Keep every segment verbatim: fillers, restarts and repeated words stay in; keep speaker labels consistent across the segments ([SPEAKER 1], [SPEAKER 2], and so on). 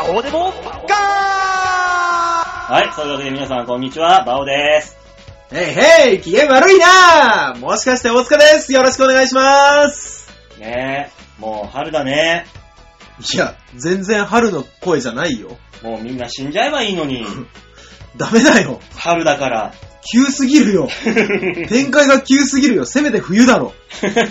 [SPEAKER 1] バオデモガー。
[SPEAKER 2] はい、そういうわけで皆さんこんにちは、バオです。
[SPEAKER 3] へいへい、機嫌悪いなぁ。もしかして大塚です。よろしくお願いします。
[SPEAKER 2] ねえ、もう春だね。
[SPEAKER 3] いや、全然春の声じゃないよ。
[SPEAKER 2] もうみんな死んじゃえばいいのに。
[SPEAKER 3] ダメだよ。
[SPEAKER 2] 春だから。
[SPEAKER 3] 急すぎるよ。展開が急すぎるよ。せめて冬だろ。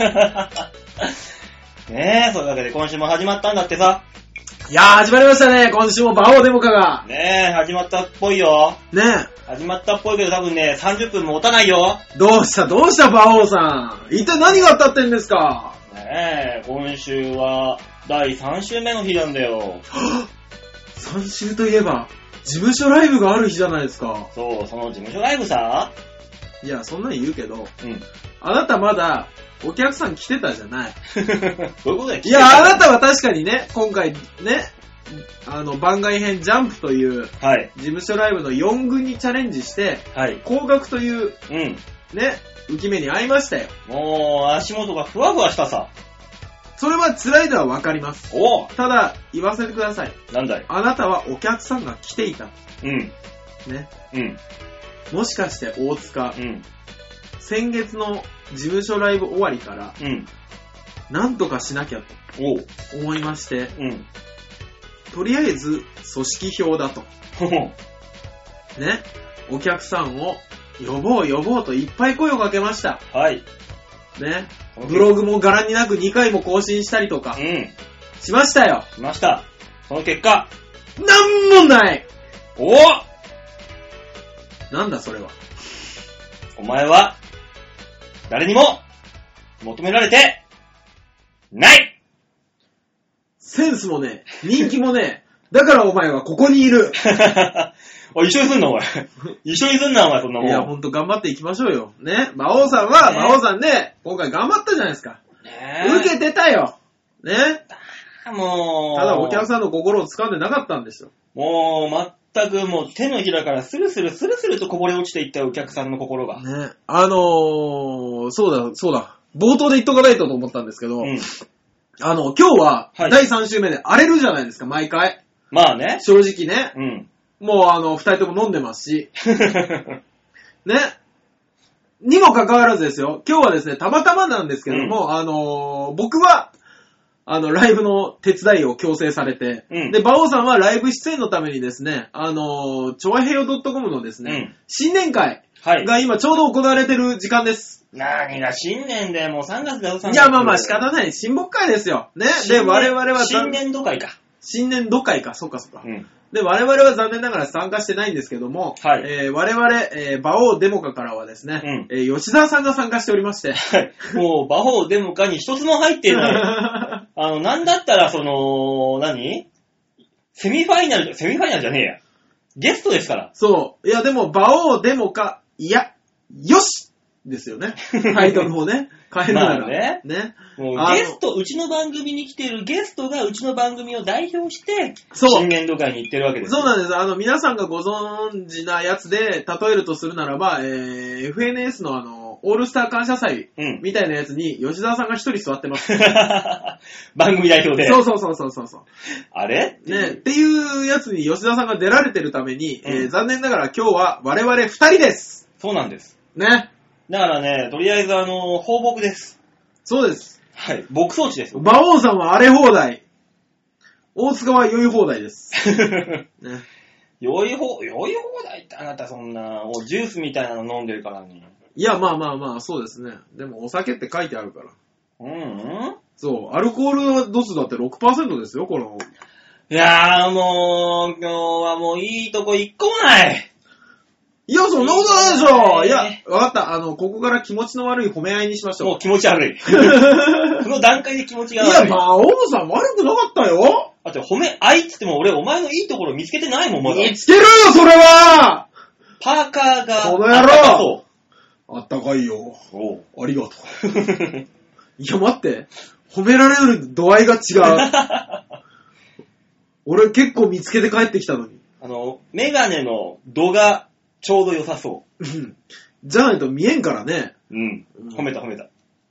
[SPEAKER 2] ねえ、そういうわけで今週も始まったんだってさ。
[SPEAKER 3] いやー、始まりましたね。今週もバオデモカが。
[SPEAKER 2] ねえ、始まったっぽいよ。
[SPEAKER 3] ね
[SPEAKER 2] え。始まったっぽいけど多分ね、さんじゅっぷんも持たないよ。
[SPEAKER 3] どうしたどうしたバオさん。一体何が当たってんですか。
[SPEAKER 2] ねえ、今週はだいさん週目の日なんだよ。
[SPEAKER 3] さん週といえば、事務所ライブがある日じゃないですか。
[SPEAKER 2] そう、その事務所ライブさ。
[SPEAKER 3] いや、そんなに言うけど、
[SPEAKER 2] うん。
[SPEAKER 3] あなたまだお客さん来てたじゃない。
[SPEAKER 2] どういうことだよ。
[SPEAKER 3] いや、あなたは確かにね、今回ね、あの、番外編ジャンプという、
[SPEAKER 2] はい。
[SPEAKER 3] 事務所ライブのよん軍にチャレンジして、
[SPEAKER 2] はい。
[SPEAKER 3] 高額という、
[SPEAKER 2] うん。
[SPEAKER 3] ね、浮き目に遭いましたよ。
[SPEAKER 2] もう、足元がふわふわしたさ。
[SPEAKER 3] それは辛いのはわかります。
[SPEAKER 2] おう。
[SPEAKER 3] ただ、言わせてください。
[SPEAKER 2] なんだい。
[SPEAKER 3] あなたはお客さんが来ていた。
[SPEAKER 2] うん。
[SPEAKER 3] ね。
[SPEAKER 2] うん。
[SPEAKER 3] もしかして大塚、
[SPEAKER 2] うん。
[SPEAKER 3] 先月の事務所ライブ終わりから、
[SPEAKER 2] うん。
[SPEAKER 3] なんとかしなきゃと
[SPEAKER 2] おう。
[SPEAKER 3] 思いまして、
[SPEAKER 2] うん。
[SPEAKER 3] とりあえず組織票だと。
[SPEAKER 2] ほほ。
[SPEAKER 3] ね。お客さんを呼ぼう呼ぼうといっぱい声をかけました。
[SPEAKER 2] はい。
[SPEAKER 3] ね。ブログも柄になくにかいも更新したりとか。
[SPEAKER 2] うん。
[SPEAKER 3] しましたよ。
[SPEAKER 2] しました。その結果。
[SPEAKER 3] なんもない
[SPEAKER 2] おお。
[SPEAKER 3] なんだそれは。
[SPEAKER 2] お前は、誰にも、求められて、ない
[SPEAKER 3] センスもね、人気もね、だからお前はここにいる。
[SPEAKER 2] おい、一緒にすんな、お前。一緒にすんな、お前、そんなもん。
[SPEAKER 3] いや、ほんと頑張っていきましょうよ。ね。馬王さんは、
[SPEAKER 2] ね
[SPEAKER 3] 馬王さんで、今回頑張ったじゃないですか。
[SPEAKER 2] ね
[SPEAKER 3] 受けてたよ。ね。
[SPEAKER 2] もう。
[SPEAKER 3] ただお客さんの心を掴んでなかったんですよ。
[SPEAKER 2] もう、全くもう手のひらからスルスルスルスルとこぼれ落ちていったお客さんの心が。
[SPEAKER 3] ね。あのー、そうだ、そうだ。冒頭で言っとかないとと思ったんですけど、
[SPEAKER 2] うん。
[SPEAKER 3] あの、今日は、
[SPEAKER 2] はい
[SPEAKER 3] だいさん週目で荒れるじゃないですか、毎回。
[SPEAKER 2] まあね。
[SPEAKER 3] 正直ね。
[SPEAKER 2] うん。
[SPEAKER 3] もうあの、二人とも飲んでますし。ね。にもかかわらずですよ、今日はですね、たまたまなんですけども、うん、あのー、僕は、あの、ライブの手伝いを強制されて、うん、で、馬王さんはライブ出演のためにですね、あのー、ちょわへよ .com のですね、うん、新年会が今ちょうど行われてる時間です。
[SPEAKER 2] 何が新年でもうさんがつだよ、さんがつ。
[SPEAKER 3] いや、まあまあ仕方ない。親睦会ですよ。ね。で、我々は、
[SPEAKER 2] 新年度会か。
[SPEAKER 3] 新年度会か、そっかそっか。
[SPEAKER 2] うん
[SPEAKER 3] で、我々は残念ながら参加してないんですけども、
[SPEAKER 2] はい
[SPEAKER 3] えー、我々、えー、馬王デモカからはですね、うんえー、吉沢さんが参加しておりまして、
[SPEAKER 2] はい、もう馬王デモカに一つも入っていない。あの、なんだったら、その、何セミファイナル、セミファイナルじゃねえや。ゲストですから。
[SPEAKER 3] そう。いや、でも、馬王デモカ、いや、よしですよね。タイトルをね、変えるなら。
[SPEAKER 2] まあね。
[SPEAKER 3] ね。
[SPEAKER 2] もうゲスト、うちの番組に来ているゲストがうちの番組を代表して、
[SPEAKER 3] そう
[SPEAKER 2] 新年度会に行ってるわけです。
[SPEAKER 3] そうなんです。あの、皆さんがご存知なやつで、例えるとするならば、えー、エフエヌエス のあの、オールスター感謝祭みたいなやつに、吉沢さんが一人座ってます。
[SPEAKER 2] 番組代表で。
[SPEAKER 3] そうそうそうそうそう。
[SPEAKER 2] あれ
[SPEAKER 3] ね、っていうやつに吉沢さんが出られてるために、うんえー、残念ながら今日は我々二人です。
[SPEAKER 2] そうなんです。
[SPEAKER 3] ね。
[SPEAKER 2] だからね、とりあえずあの、放牧です。
[SPEAKER 3] そうです。
[SPEAKER 2] はい。牧草地です。
[SPEAKER 3] 馬王さんは荒れ放題。大塚は酔い放題です。ね、
[SPEAKER 2] 酔い放、酔い放題ってあなたそんな、もうジュースみたいなの飲んでるからね。
[SPEAKER 3] いや、まあまあまあ、そうですね。でもお酒って書いてあるから。
[SPEAKER 2] うん、うん、
[SPEAKER 3] そう。アルコール度数だって ろくパーセント ですよ、この。
[SPEAKER 2] いやーもう、今日はもういいとこ一個もない。
[SPEAKER 3] いや、そんなことないでしょ。いや、わかった。あの、ここから気持ちの悪い褒め合いにしましょう。
[SPEAKER 2] もう気持ち悪い。この段階で気持ちが悪い。
[SPEAKER 3] いや、馬王さん悪くなかったよ。
[SPEAKER 2] だって褒め合いって言っても俺お前のいいところ見つけてないもん、まだ。
[SPEAKER 3] 見つけろよ、それは
[SPEAKER 2] パーカーが。
[SPEAKER 3] この野郎あったかいよ。
[SPEAKER 2] おう
[SPEAKER 3] ありがとう。いや、待って。褒められる度合いが違う。俺結構見つけて帰ってきたのに。
[SPEAKER 2] あの、メガネの度がちょうど良さそう。
[SPEAKER 3] じゃないと見えんからね。
[SPEAKER 2] うん。褒めた褒めた。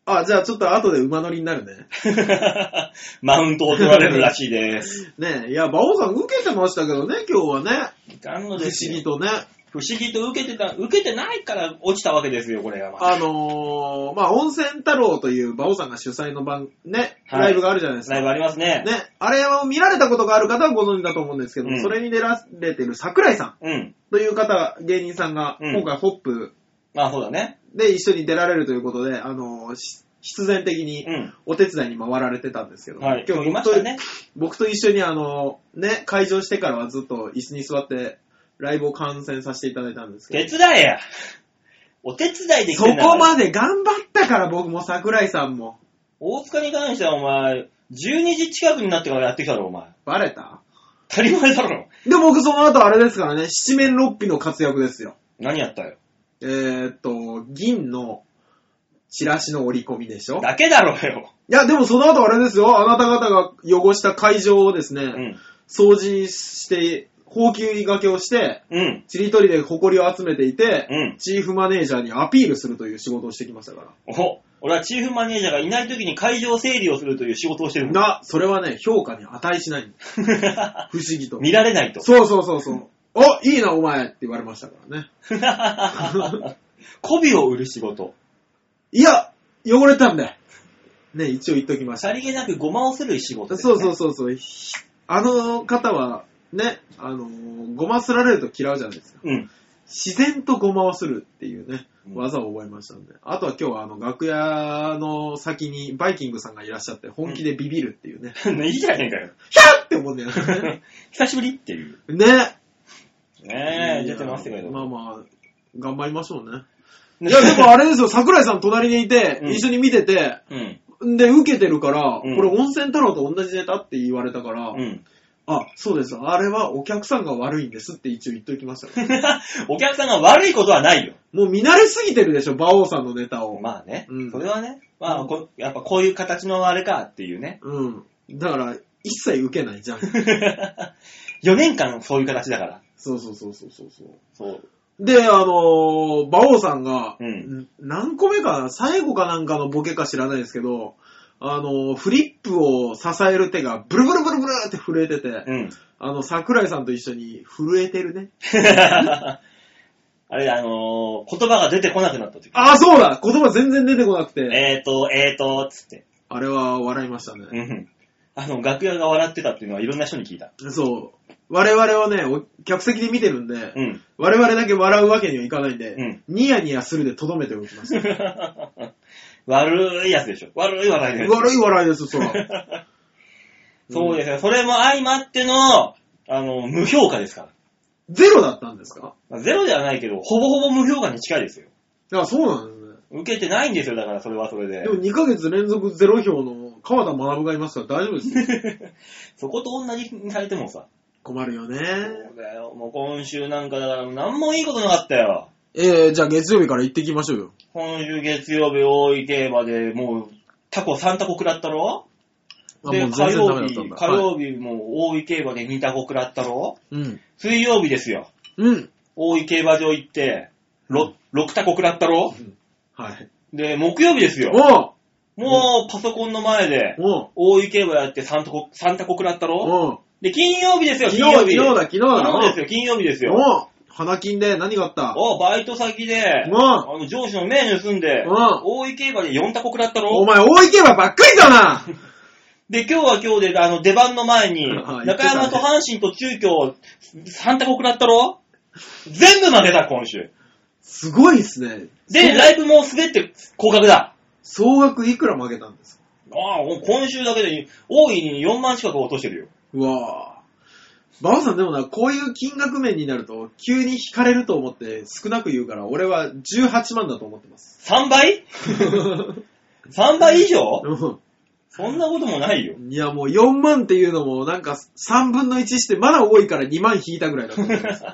[SPEAKER 3] あ、じゃあちょっと後で馬乗りになるね。
[SPEAKER 2] マウントを取られるらしいです。
[SPEAKER 3] ねえ、いや、馬王さん受けてましたけどね、今日はね。
[SPEAKER 2] いかんの
[SPEAKER 3] 不思
[SPEAKER 2] ですよ。
[SPEAKER 3] 議とね。
[SPEAKER 2] 不思議と受けてた、受けてないから落ちたわけですよ、これが。
[SPEAKER 3] あのー、まあ、温泉太郎という馬王さんが主催の番、ね、
[SPEAKER 2] はい
[SPEAKER 3] ライブがあるじゃないですか。
[SPEAKER 2] ライブありますね。
[SPEAKER 3] ね、あれを見られたことがある方はご存知だと思うんですけど、
[SPEAKER 2] うん
[SPEAKER 3] それに出られてる桜井さん
[SPEAKER 2] うん。
[SPEAKER 3] という方、芸人さんが、
[SPEAKER 2] うん
[SPEAKER 3] 今回ホップ
[SPEAKER 2] まあそうだね。
[SPEAKER 3] で一緒に出られるということで、あのー、し必然的に
[SPEAKER 2] うん。
[SPEAKER 3] お手伝いに回られてたんですけど、
[SPEAKER 2] はい。今日いま
[SPEAKER 3] 僕と
[SPEAKER 2] したね。
[SPEAKER 3] 僕と一緒にあの、ね、会場してからはずっと椅子に座って、ライブを観戦させていただいたんですけど。
[SPEAKER 2] 手伝えや。お手伝いでき
[SPEAKER 3] そ
[SPEAKER 2] てんだから
[SPEAKER 3] こまで頑張ったから僕も桜井さんも。
[SPEAKER 2] 大塚に関してはお前、じゅうにじ近くになってからやってきたろ、お前。
[SPEAKER 3] バレた
[SPEAKER 2] 当たり前だろ。
[SPEAKER 3] で、僕その後あれですからね、七面六臂の活躍ですよ。
[SPEAKER 2] 何やったよ。
[SPEAKER 3] えーっと、銀のチラシの折り込みでしょ。
[SPEAKER 2] だけだろよ。
[SPEAKER 3] いや、でもその後あれですよ、あなた方が汚した会場をですね、
[SPEAKER 2] うん。
[SPEAKER 3] 掃除して、ほうきがけをして、
[SPEAKER 2] うん。
[SPEAKER 3] ちりとりで埃を集めていて、
[SPEAKER 2] うん。
[SPEAKER 3] チーフマネージャーにアピールするという仕事をしてきましたから。
[SPEAKER 2] お、俺はチーフマネージャーがいない時に会場整理をするという仕事をしてるんだ。
[SPEAKER 3] が、それはね、評価に値しないの。不思議と。
[SPEAKER 2] 見られないと。
[SPEAKER 3] そうそうそうそう。お、いいなお前って言われましたからね。
[SPEAKER 2] 媚びを売る仕事。
[SPEAKER 3] いや、汚れたんで。ね、一応言っときました。
[SPEAKER 2] さりげなくごまをする仕事です、
[SPEAKER 3] そう
[SPEAKER 2] ね。
[SPEAKER 3] そうそうそう。ひあの方は、ね、あのーごますられると嫌うじゃないですか。
[SPEAKER 2] うん。
[SPEAKER 3] 自然とごまをするっていうね、
[SPEAKER 2] うん
[SPEAKER 3] 技を覚えましたんで。あとは今日はあの、楽屋の先にバイキングさんがいらっしゃって、本気でビビるっていうね。
[SPEAKER 2] いいじゃねえかよ。
[SPEAKER 3] ヒャーって思うんだよね。
[SPEAKER 2] 久しぶりっていう。
[SPEAKER 3] ね。
[SPEAKER 2] ねえ、出てますけど。
[SPEAKER 3] まあまあ、頑張りましょうね。いや、でもあれですよ、桜井さん隣にいて、
[SPEAKER 2] うん
[SPEAKER 3] 一緒に見てて、
[SPEAKER 2] うん。
[SPEAKER 3] で、受けてるから、
[SPEAKER 2] うん
[SPEAKER 3] これ温泉太郎と同じネタって言われたから、
[SPEAKER 2] うん。
[SPEAKER 3] あ、そうです。あれはお客さんが悪いんですって一応言っときましたから。
[SPEAKER 2] お客さんが悪いことはないよ。
[SPEAKER 3] もう見慣れすぎてるでしょ、馬王さんのネタを。
[SPEAKER 2] まあね。
[SPEAKER 3] うん
[SPEAKER 2] それはね。まあこ、やっぱこういう形のあれかっていうね。
[SPEAKER 3] うん。だから、一切受けないじゃん。
[SPEAKER 2] よねんかんそういう形だから。
[SPEAKER 3] そうそうそうそうそうそう。
[SPEAKER 2] そう。
[SPEAKER 3] で、あのー、馬王さんが、
[SPEAKER 2] うん
[SPEAKER 3] 何個目かな最後かなんかのボケか知らないですけど、あのー、フリップを支える手がブルブルブルブルって震えてて、
[SPEAKER 2] うん。
[SPEAKER 3] あの、桜井さんと一緒に震えてるね。
[SPEAKER 2] あれ、あのー、言葉が出てこなくなった時。
[SPEAKER 3] あ、そうだ言葉全然出てこなくて。
[SPEAKER 2] えーと、えーと、つって。
[SPEAKER 3] あれは笑いましたね。
[SPEAKER 2] うん。あの、楽屋が笑ってたっていうのはいろんな人に聞いた。
[SPEAKER 3] そう。我々はね、お客席で見てるんで、
[SPEAKER 2] うん。
[SPEAKER 3] 我々だけ笑うわけにはいかないんで、
[SPEAKER 2] うん
[SPEAKER 3] ニヤニヤするでとどめておきました。
[SPEAKER 2] 悪いやつでしょ。悪い笑いのやつ。
[SPEAKER 3] 悪い笑いです、そら。
[SPEAKER 2] そうですよ。それも相まっての、あの、無評価ですか
[SPEAKER 3] ゼロだったんですか？
[SPEAKER 2] ら。ゼロではないけど、ほぼほぼ無評価に近いですよ。
[SPEAKER 3] いや、そうなんですね。
[SPEAKER 2] 受けてないんですよ、だからそれはそれで
[SPEAKER 3] で。もにかげつ連続ゼロ票の川田学がいますから大丈夫ですよ。
[SPEAKER 2] そこと同じにされてもさ。
[SPEAKER 3] 困るよね。
[SPEAKER 2] そうだよ。もう今週なんかだから何もいいことなかったよ。
[SPEAKER 3] えー、じゃあ月曜日から行ってきましょうよ。
[SPEAKER 2] 今週月曜日大井競馬でもうタコさんタコ食らったろで、
[SPEAKER 3] あもう全然ダ
[SPEAKER 2] 火曜日、
[SPEAKER 3] メだったんだ。
[SPEAKER 2] 火曜日も大井競馬でにタコ食らったろ
[SPEAKER 3] うん。
[SPEAKER 2] 水曜日ですよ。
[SPEAKER 3] うん。
[SPEAKER 2] 大井競馬場行って、ろくタコ食らったろ
[SPEAKER 3] はい。
[SPEAKER 2] で、木曜日ですよ。
[SPEAKER 3] おう
[SPEAKER 2] もうパソコンの前で、
[SPEAKER 3] おう
[SPEAKER 2] 大井競馬やってさんタコ、さんタコ食らったろ
[SPEAKER 3] おう
[SPEAKER 2] で、金曜日ですよ、
[SPEAKER 3] 昨日、
[SPEAKER 2] 金曜日。
[SPEAKER 3] 昨日だ、昨日だ。
[SPEAKER 2] 昨日ですよ、金曜日ですよ。
[SPEAKER 3] おう花金で何があった
[SPEAKER 2] おバイト先で、
[SPEAKER 3] うん
[SPEAKER 2] あの上司の名盗んで、
[SPEAKER 3] うん
[SPEAKER 2] 大井競馬でよんタコ食らったろ
[SPEAKER 3] お前、大井競馬ばっかりだな
[SPEAKER 2] で、今日は今日で、あの、出番の前に、
[SPEAKER 3] あ
[SPEAKER 2] 中山と阪神と中京、さんタコ食らったろ全部負けた、今週。
[SPEAKER 3] すごいっすね。
[SPEAKER 2] で、
[SPEAKER 3] そう
[SPEAKER 2] ライブも滑って降格だ。
[SPEAKER 3] 総額いくら負けたんですか？
[SPEAKER 2] ああ、今週だけで、大井によんまん近く落としてるよ。
[SPEAKER 3] うわぁ。バオさんでもな、こういう金額面になると、急に引かれると思って少なく言うから、俺はじゅうはちまんだと思ってます。
[SPEAKER 2] さんばい ?さん 倍以上
[SPEAKER 3] うん
[SPEAKER 2] そんなこともないよ。
[SPEAKER 3] いや、もうよんまんっていうのも、なんかさんぶんのいちしてまだ多いからにまん引いたぐらいだと思います。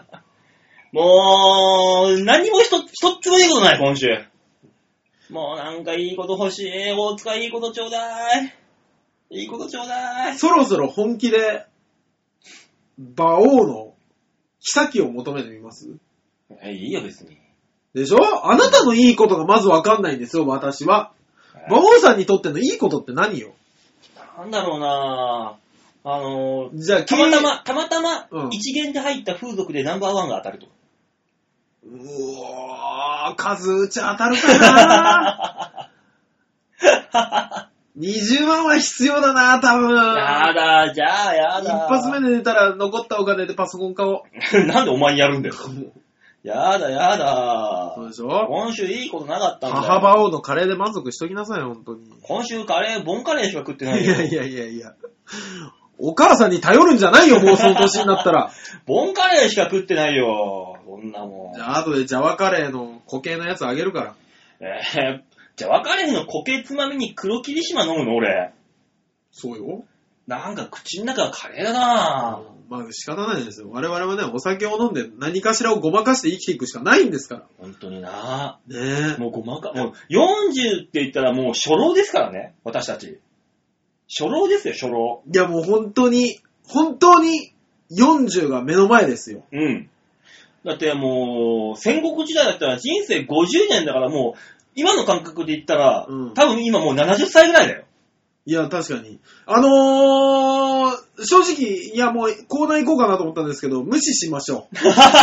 [SPEAKER 2] もう、何も一つ、一つもいいことない、今週。もうなんかいいこと欲しい。大塚いいことちょうだい。いいことちょうだい。
[SPEAKER 3] そろそろ本気で、馬王の妃を求めてみます
[SPEAKER 2] え、いいよ、別に。
[SPEAKER 3] でしょ？あなたのいいことがまずわかんないんですよ、私は。 馬王さんにとってのいいことって何よ？
[SPEAKER 2] なんだろうなぁ。あのー、
[SPEAKER 3] じゃあ、
[SPEAKER 2] たまたま、たまたま
[SPEAKER 3] うん、
[SPEAKER 2] 一元で入った風俗でナンバーワンが当たると。
[SPEAKER 3] うおー、数打ち当たるかなにじゅうまんは必要だな、多分。
[SPEAKER 2] やだ、じゃあやだ。
[SPEAKER 3] 一発目で出たら残ったお金でパソコン買おう。
[SPEAKER 2] なんでお前にやるんだよ。やだ、やだ。
[SPEAKER 3] そうでしょ？
[SPEAKER 2] 今週いいことなかったんだよ。
[SPEAKER 3] 母馬王のカレーで満足しときなさい、本当に。
[SPEAKER 2] 今週カレー、ボンカレーしか食ってないよ。
[SPEAKER 3] いやいやいやいや。お母さんに頼るんじゃないよ、もうその年になったら。
[SPEAKER 2] ボンカレーしか食ってないよ。そんなもん。
[SPEAKER 3] じゃあ、後でジャワカレーの固形のやつあげるから。
[SPEAKER 2] えー、ジャワカレーの固形つまみに黒霧島飲むの俺。
[SPEAKER 3] そうよ。
[SPEAKER 2] なんか口の中がカレーだなぁ。
[SPEAKER 3] まあ仕方ないですよ。我々はね、お酒を飲んで何かしらをごまかして生きていくしかないんですから。
[SPEAKER 2] 本当にな
[SPEAKER 3] ぁ。ねえ。
[SPEAKER 2] もうごまか、もうよんじゅうって言ったらもう初老ですからね、私たち。初老ですよ、初老。
[SPEAKER 3] いやもう本当に、本当によんじゅうが目の前ですよ。
[SPEAKER 2] うん。だってもう、戦国時代だったら人生ごじゅうねんだからもう、今の感覚で言ったら、うん、多分今もうななじゅっさいぐらいだよ。い
[SPEAKER 3] や、確かに。あのー、正直、いやもうコーナー行こうかなと思ったんですけど、無視しましょう。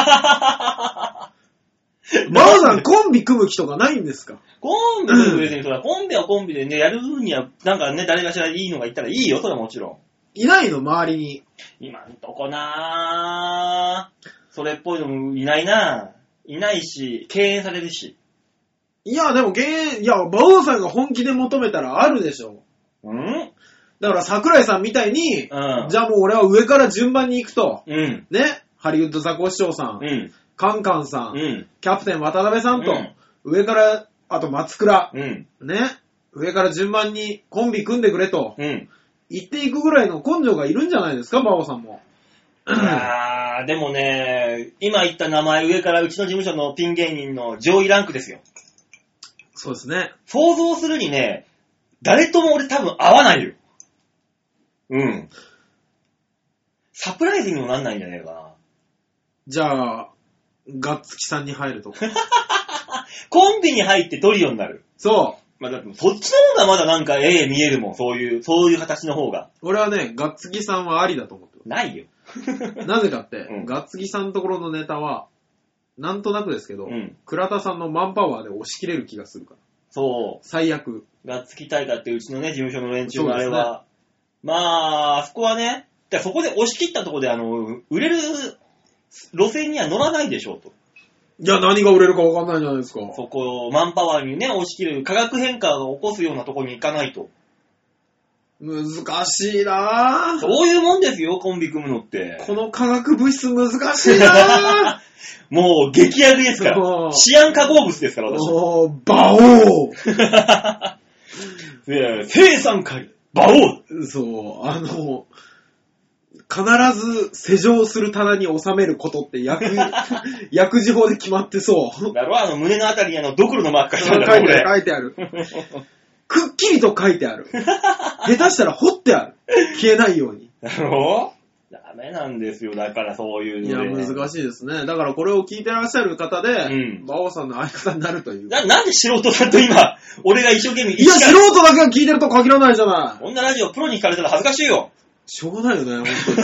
[SPEAKER 3] マオさん、コンビ組む気とかないんですか？
[SPEAKER 2] コンビ組む別に、そら、コンビはコンビでね、やる分には、なんかね、誰かしらいいのがいたらいいよ、それはもちろ
[SPEAKER 3] ん。いないの、周りに。
[SPEAKER 2] 今んとこなぁ。それっぽいのもいないなぁ。いないし、敬遠されるし。
[SPEAKER 3] いや、でも、敬遠、いや、馬王さんが本気で求めたらあるでしょ。
[SPEAKER 2] うん
[SPEAKER 3] だから桜井さんみたいに、
[SPEAKER 2] うん、
[SPEAKER 3] じゃあもう俺は上から順番に行くと、
[SPEAKER 2] うん、
[SPEAKER 3] ね、ハリウッドザコシショウさん、
[SPEAKER 2] うん、
[SPEAKER 3] カンカンさん、
[SPEAKER 2] うん、
[SPEAKER 3] キャプテン渡辺さんと、
[SPEAKER 2] うん、
[SPEAKER 3] 上から、あと松倉、
[SPEAKER 2] うん、
[SPEAKER 3] ね、上から順番にコンビ組んでくれと、
[SPEAKER 2] うん、
[SPEAKER 3] 言っていくぐらいの根性がいるんじゃないですか、馬王さんも。
[SPEAKER 2] いやー、でもね、今言った名前、上からうちの事務所のピン芸人の上位ランクですよ。
[SPEAKER 3] そうですね。
[SPEAKER 2] 想像するにね、誰とも俺多分合わないよ。うん。サプライズにもなんないんじゃねえかな。
[SPEAKER 3] じゃあ、ガッツキさんに入るとか。
[SPEAKER 2] コンビに入ってトリオになる。
[SPEAKER 3] そう。
[SPEAKER 2] まあ、だってそっちの方がまだなんかええ見えるもん。そういう、そういう形の方が。
[SPEAKER 3] 俺はね、ガッツキさんはありだと思ってる。
[SPEAKER 2] ないよ。
[SPEAKER 3] なぜかって、
[SPEAKER 2] うん、
[SPEAKER 3] ガッツキさんのところのネタは、なんとなくですけど、
[SPEAKER 2] うん、
[SPEAKER 3] 倉田さんのマンパワーで押し切れる気がするから。
[SPEAKER 2] そう。
[SPEAKER 3] 最悪。
[SPEAKER 2] ガッツキ大会ってうちのね、事務所の連中のあれは、ね、まあ、あそこはね、そこで押し切ったところで、あの、売れる路線には乗らないでしょうと。
[SPEAKER 3] いや、何が売れるか分かんないじゃないですか。
[SPEAKER 2] そこ、マンパワーにね、押し切る、化学変化を起こすようなところに行かないと。
[SPEAKER 3] 難しいなぁ。
[SPEAKER 2] そういうもんですよ、コンビ組むのって。
[SPEAKER 3] この化学物質難しいなぁ。
[SPEAKER 2] もう、激アグですから。シアン化合物ですから、私。
[SPEAKER 3] おー、バオー
[SPEAKER 2] 生産会、バオー
[SPEAKER 3] そう、あの、必ず施錠する棚に収めることって薬、薬事法で決まってそう。
[SPEAKER 2] だろ、あの胸のあたりにあのドクロのマーク書いてある。
[SPEAKER 3] 書いてある、書いてある。くっきりと書いてある。下手したら彫ってある。消えないように。
[SPEAKER 2] だろダメなんですよ。だからそういうので、
[SPEAKER 3] ね。いや、難しいですね。だからこれを聞いてらっしゃる方で、うん、馬王さんの相方になるという。
[SPEAKER 2] な、なんで素人だと今、俺が一生懸命
[SPEAKER 3] いや、素人だけが聞いてると限らないじゃない。
[SPEAKER 2] こんなラジオプロに聞かれたら恥ずかしいよ。
[SPEAKER 3] しょうがないよね、本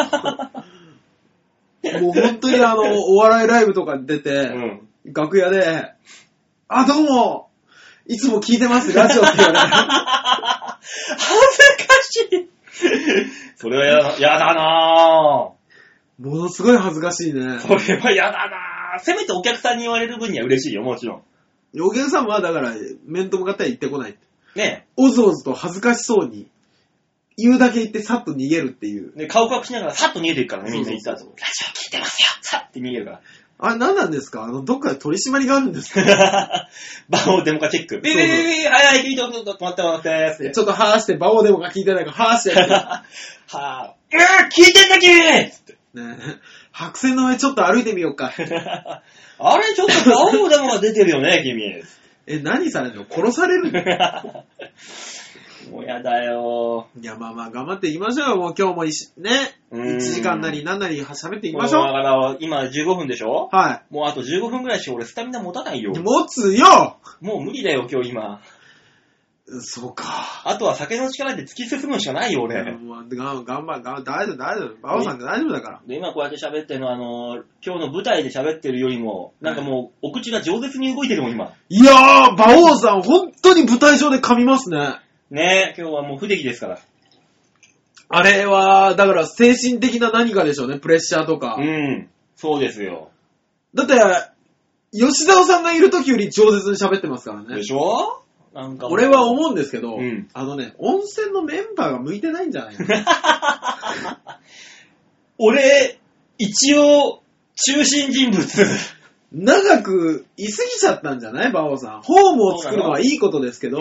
[SPEAKER 3] 当に。もう本当にあの、お笑いライブとかに出て、うん、楽屋で、あ、どうも、いつも聞いてます、ラジオって言われる。
[SPEAKER 2] 恥ずかしい。それはやだ、やだなぁ。
[SPEAKER 3] ものすごい恥ずかしいね。
[SPEAKER 2] それはやだなぁ。せめてお客さんに言われる分には嬉しいよ、もちろん。
[SPEAKER 3] お客さんはだから、面と向かっては言ってこない。
[SPEAKER 2] ねえ。
[SPEAKER 3] おずおずと恥ずかしそうに、言うだけ言ってさっと逃げるっていう。
[SPEAKER 2] で、顔隠しながらさっと逃げていくからね、みんな言った後。ラジオ聞いてますよさって逃げるから。
[SPEAKER 3] あれ何なんですか？あの、どっかで取り締まりがあるんですか？
[SPEAKER 2] バオデモカチェック。ビビビビビはいはい、聞いておくと、止まってもらって。
[SPEAKER 3] ちょっとはーして、バオデモカ聞いてないから、はーして。は
[SPEAKER 2] ぁ、あ、うー聞いてんだ君つって。
[SPEAKER 3] ねえ。白線の上ちょっと歩いてみようか。
[SPEAKER 2] あれちょっとバオデモカ出てるよね、君。
[SPEAKER 3] え、何されるの？殺されるの？
[SPEAKER 2] もうやだよ
[SPEAKER 3] ー。いや、まあまあ、頑張っていきましょうよ。もう今日もいしね。いちじかんなり何なり喋っていきましょう。
[SPEAKER 2] だから、今じゅうごふんでしょ？
[SPEAKER 3] はい。
[SPEAKER 2] もうあとじゅうごふんぐらいしか俺スタミナ持たないよ。
[SPEAKER 3] 持つよ！
[SPEAKER 2] もう無理だよ、今日今。
[SPEAKER 3] そうか。
[SPEAKER 2] あとは酒の力で突き進むしかないよ、俺。
[SPEAKER 3] もうが頑張る、大丈夫、大丈夫。馬王さん大丈夫だから。
[SPEAKER 2] で、今こうやって喋ってるのは、あのー、今日の舞台で喋ってるよりも、なんかもう、お口が饒舌に動いてるもん、今。
[SPEAKER 3] いやー、馬王さん、本当に舞台上で噛みますね。
[SPEAKER 2] ねえ、今日はもう不出来ですから。
[SPEAKER 3] あれは、だから精神的な何かでしょうね、プレッシャーとか。
[SPEAKER 2] うん、そうですよ。
[SPEAKER 3] だって、吉沢さんがいる時より饒舌に喋ってますからね。
[SPEAKER 2] でしょ？なんか
[SPEAKER 3] 俺は思うんですけど、
[SPEAKER 2] うん、
[SPEAKER 3] あのね、温泉のメンバーが向いてないんじゃないの
[SPEAKER 2] 俺、一応、中心人物。
[SPEAKER 3] 長く居すぎちゃったんじゃない馬王さん。ホームを作るのはいいことですけど、うん、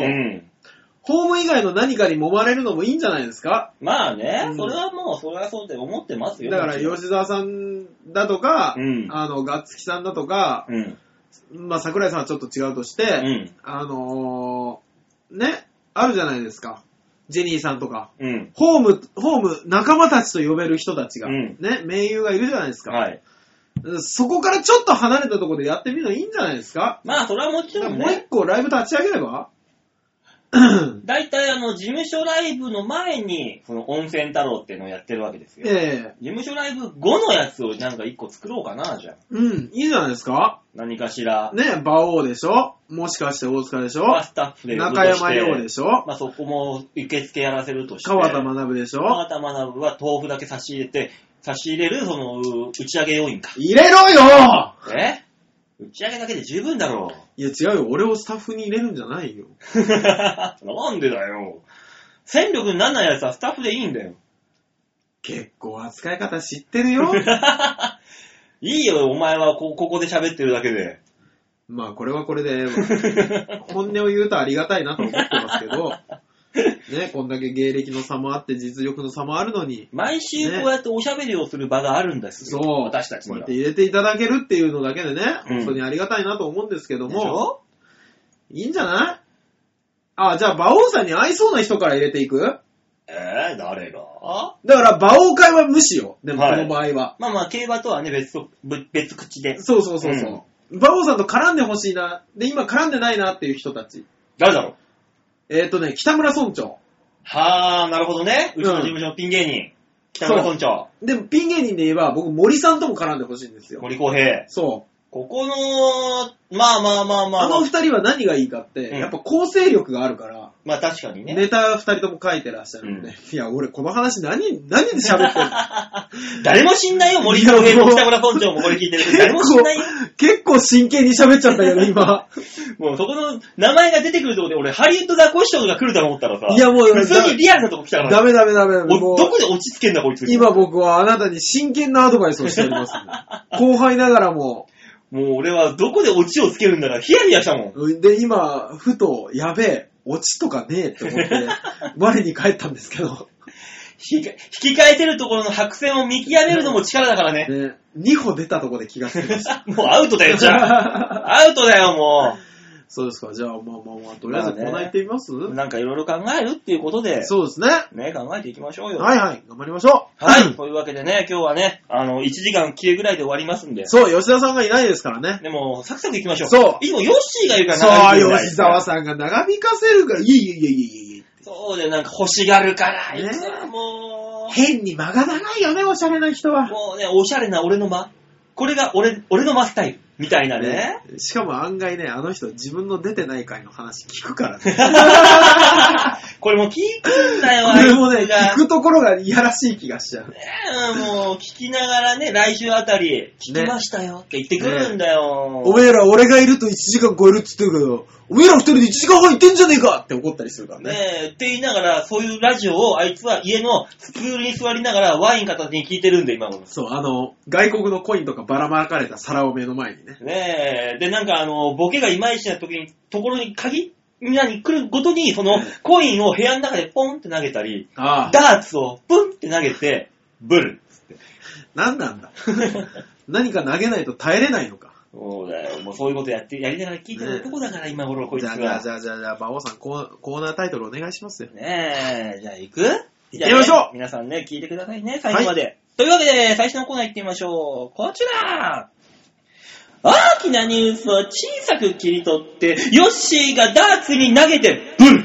[SPEAKER 3] ホーム以外の何かに揉まれるのもいいんじゃないですか？
[SPEAKER 2] まあね、
[SPEAKER 3] うん、
[SPEAKER 2] それはもう、それはそうって思ってますよ。
[SPEAKER 3] だから吉沢さんだとか、
[SPEAKER 2] うん、
[SPEAKER 3] あの、ガッツキさんだとか、
[SPEAKER 2] うん
[SPEAKER 3] まあ、桜井さんはちょっと違うとして、
[SPEAKER 2] うん、
[SPEAKER 3] あのー、ね、あるじゃないですか。ジェニーさんとか、
[SPEAKER 2] うん、
[SPEAKER 3] ホーム、ホーム、仲間たちと呼べる人たちが、
[SPEAKER 2] うん、
[SPEAKER 3] ね、盟友がいるじゃないですか。
[SPEAKER 2] はい。
[SPEAKER 3] そこからちょっと離れたところでやってみるのいいんじゃないですか？
[SPEAKER 2] まあ、それはもちろんね。
[SPEAKER 3] もう一個ライブ立ち上げれば
[SPEAKER 2] だいたいあの、事務所ライブの前に、その温泉太郎っていうのをやってるわけですよ。
[SPEAKER 3] ええ
[SPEAKER 2] 事務所ライブ後のやつをなんか一個作ろうかな、じゃあ。
[SPEAKER 3] うん、いいじゃないですか？
[SPEAKER 2] 何かしら。
[SPEAKER 3] ね、馬王でしょ？もしかして大塚でしょ？
[SPEAKER 2] まあ、スタッフで
[SPEAKER 3] 中山亮でしょ？
[SPEAKER 2] まあ、そこも受付やらせるとして。
[SPEAKER 3] 川田学でしょ？
[SPEAKER 2] 川田学は豆腐だけ差し入れて、差し入れる、その、打ち上げ要員か。
[SPEAKER 3] 入れろよ
[SPEAKER 2] え打ち上げだけで十分だろう。
[SPEAKER 3] いや違うよ、俺をスタッフに入れるんじゃないよ。
[SPEAKER 2] なんでだよ。戦力にならないやつはスタッフでいいんだよ。
[SPEAKER 3] 結構扱い方知ってるよ。
[SPEAKER 2] いいよ、お前はこ、ここで喋ってるだけで。
[SPEAKER 3] まあこれはこれで、本音を言うとありがたいなと思ってますけど、ね、こんだけ芸歴の差もあって実力の差もあるのに。
[SPEAKER 2] 毎週こうやっておしゃべりをする場があるんですよ。
[SPEAKER 3] そう。
[SPEAKER 2] 私たちには。
[SPEAKER 3] こうやって入れていただけるっていうのだけでね、
[SPEAKER 2] うん、
[SPEAKER 3] 本当にありがたいなと思うんですけども。いいんじゃない？あ、じゃあ馬王さんに合いそうな人から入れていく？
[SPEAKER 2] えー、誰が？
[SPEAKER 3] だから馬王会は無視よ。でもこの場合は。はい、
[SPEAKER 2] まあまあ、競馬とはね、別、別口で。
[SPEAKER 3] そうそうそうそう。うん、馬王さんと絡んでほしいな。で、今絡んでないなっていう人たち。
[SPEAKER 2] 誰だろう？
[SPEAKER 3] えっ、ー、とね、北村村長。
[SPEAKER 2] はー、なるほどね。うちの事務所のピン芸人。うん、北村村長。
[SPEAKER 3] でも、ピン芸人で言えば、僕、森さんとも絡んでほしいんですよ。
[SPEAKER 2] 森公平。
[SPEAKER 3] そう。
[SPEAKER 2] ここの、まあまあまあまあ。
[SPEAKER 3] あの二人は何がいいかって、うん、やっぱ構成力があるから。
[SPEAKER 2] まあ確かにね。
[SPEAKER 3] ネタ二人とも書いてらっしゃるんで。うん、いや、俺この話何、何で喋ってんの
[SPEAKER 2] 誰も知んないよ、森公平も北村村長もこれ聞いてるけど、誰も知んないよ。
[SPEAKER 3] 結構真剣に喋っちゃったけど、今。
[SPEAKER 2] もうそこの名前が出てくるところで、俺ハリウッドザコシショウが来ると思ったらさ。
[SPEAKER 3] いやもう、
[SPEAKER 2] 普通にリアルなとこ来たから。
[SPEAKER 3] ダメダメダメダメ。
[SPEAKER 2] どこで落ち着けんだこいつ。
[SPEAKER 3] 今僕はあなたに真剣なアドバイスをしております、ね。後輩ながらも。
[SPEAKER 2] もう俺はどこでオチをつけるんだからヒヤヒヤしたも
[SPEAKER 3] ん。で、今、ふと、やべえ、オチとかねえって思って、我に返ったんですけど。
[SPEAKER 2] 引き換えてるところの白線を見極めるのも力だからね。
[SPEAKER 3] ねにほ出たところで気がつきました。
[SPEAKER 2] もうアウトだよ、じゃあ。アウトだよ、もう。
[SPEAKER 3] そうですか。じゃあ、まあまあまあ、とりあえずコーナー行ってみます、
[SPEAKER 2] まあね、なんかいろいろ考えるっていうことで。
[SPEAKER 3] そうですね。
[SPEAKER 2] ね、考えていきましょうよ。
[SPEAKER 3] はいはい。頑張りましょ
[SPEAKER 2] う。はい。というわけでね、今日はね、あの、いちじかん切れぐらいで終わりますんで。
[SPEAKER 3] そう、吉田さんがいないですからね。
[SPEAKER 2] でも、サクサク行きましょう。
[SPEAKER 3] そう。
[SPEAKER 2] いつもヨッシーがいるから長
[SPEAKER 3] 引く。そう、吉沢さんが長引かせるから、いえいえいえいえいえ。
[SPEAKER 2] そうで、なんか欲しがるから、ね、いつはもう。
[SPEAKER 3] 変に間が長いよね、おしゃれな人は。
[SPEAKER 2] もうね、おしゃれな俺の間。これが俺、俺のマスタイル。みたいなね。ね
[SPEAKER 3] しかも案外ね、あの人自分の出てない回の話聞くからね。
[SPEAKER 2] これも聞くんだよ、
[SPEAKER 3] これもね、聞くところがいやらしい気がしちゃう。
[SPEAKER 2] ねえ、もう聞きながらね、来週あたり、聞きましたよって言ってくるんだよ。
[SPEAKER 3] ね、おめえら俺がいるといちじかん超えるって言ってるけど、おめえら二人でいちじかんはん行ってんじゃねえかって怒ったりするからね。
[SPEAKER 2] ねえ、って言いながら、そういうラジオをあいつは家のスツールに座りながらワイン片手に聞いてるんで、今も。
[SPEAKER 3] そう、あの、外国のコインとかばらまかれた皿を目の前にね。
[SPEAKER 2] ねえ、で、なんかあの、ボケがいまいちな時に、ところに鍵みんなに来るごとに、その、コインを部屋の中でポンって投げたり、ああダーツをプンって投げて、ブルッつって。
[SPEAKER 3] 何なんだ何か投げないと耐えれないのか。
[SPEAKER 2] そうだよ。もうそういうことやって、やりながら聞いてる男だから、ね、今頃こいつが。
[SPEAKER 3] じゃあ、じゃあ、じゃあ、じゃあ、馬王さんコー、コーナータイトルお願いしますよ。
[SPEAKER 2] ねえ、じゃあ行く
[SPEAKER 3] 行ってみましょう、ね、
[SPEAKER 2] 皆さんね、聞いてくださいね、最後まで。はい、というわけで、最初のコーナー行ってみましょう。こちら大きなニュースを小さく切り取って、ヨッシーがダーツに投げて、ブン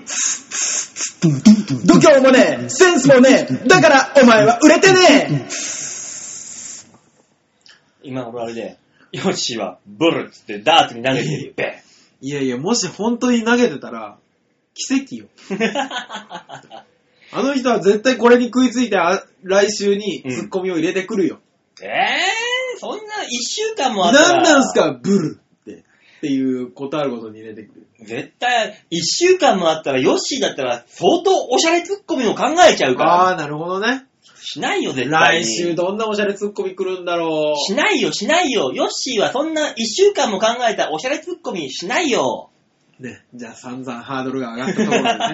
[SPEAKER 3] 度胸もねえ、センスもねえ、だからお前は売れてねえ。
[SPEAKER 2] 今俺あれで、ヨッシーはブルっつってダーツに投げてるよ、ベ
[SPEAKER 3] いやいや、もし本当に投げてたら、奇跡よ。あの人は絶対これに食いついて、あ来週にツッコミを入れてくるよ。
[SPEAKER 2] うん、えー、そんな一週間もあったら。
[SPEAKER 3] なんなんすか、ブルって。っていうことあることに入れてくる。
[SPEAKER 2] 絶対、一週間もあったら、ヨッシーだったら相当おしゃれツッコミを考えちゃうから。
[SPEAKER 3] ああ、なるほどね。
[SPEAKER 2] しないよ、絶対に。
[SPEAKER 3] 来週どんなおしゃれツッコミ来るんだろう。
[SPEAKER 2] しないよ、しないよ。ヨッシーはそんな一週間も考えたおしゃれツッコミしないよ。
[SPEAKER 3] ね、じゃあ散々ハードルが上がったところでね。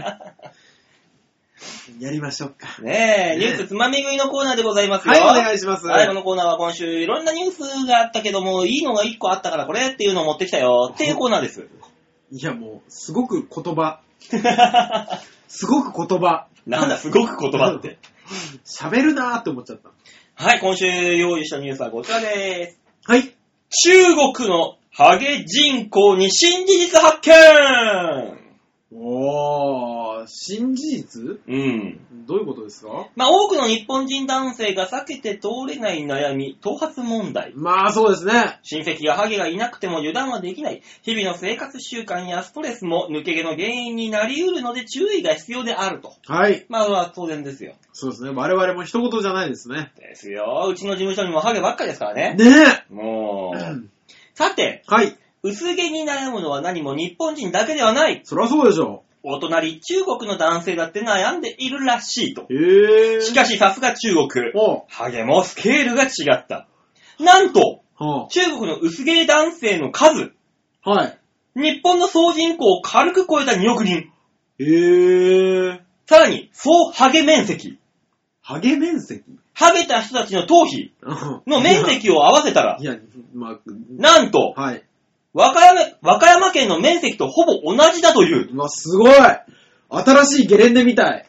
[SPEAKER 3] やりましょうか。
[SPEAKER 2] ねえ、
[SPEAKER 3] ね、
[SPEAKER 2] ニュースつまみ食いのコーナーでございますよ。
[SPEAKER 3] はい、お願いします。
[SPEAKER 2] はい、このコーナーは今週いろんなニュースがあったけども、いいのが一個あったからこれっていうのを持ってきたよっていうコーナーです。
[SPEAKER 3] いやもう、すごく言葉。すごく言葉。
[SPEAKER 2] なんだ、すごく言葉って。
[SPEAKER 3] 喋るなーって思っちゃった。
[SPEAKER 2] はい、今週用意したニュースはこちらです。
[SPEAKER 3] はい。
[SPEAKER 2] 中国のハゲ人口に新事実発見。
[SPEAKER 3] おー、新事実？
[SPEAKER 2] うん。
[SPEAKER 3] どういうことですか？
[SPEAKER 2] まあ、多くの日本人男性が避けて通れない悩み、頭髪問題。
[SPEAKER 3] まあ、そうですね。
[SPEAKER 2] 親戚やハゲがいなくても油断はできない。日々の生活習慣やストレスも抜け毛の原因になり得るので注意が必要であると。はい。まあ、当然ですよ。
[SPEAKER 3] そうですね。我々も一言じゃないですね。
[SPEAKER 2] ですよ。うちの事務所にもハゲばっかりですからね。
[SPEAKER 3] ねえ。
[SPEAKER 2] もう。さて。
[SPEAKER 3] はい。
[SPEAKER 2] 薄毛に悩むのは何も日本人だけではない。
[SPEAKER 3] そりゃそうでしょう。
[SPEAKER 2] お隣、中国の男性だって悩んでいるらしいと。
[SPEAKER 3] へー。
[SPEAKER 2] しかしさすが中国。ハゲもスケールが違った。なんと、はあ、中国の薄毛男性の数。はい。日本の総人口を軽く超えたにおくにん。へー。さらに、総ハゲ面積。
[SPEAKER 3] ハゲ面積？
[SPEAKER 2] ハゲた人たちの頭皮の面積を合わせたら、いや、いやまあ、なんと、はい。和歌山、和歌山県の面積とほぼ同じだという。
[SPEAKER 3] うわ、すごい！新しいゲレンデみたい。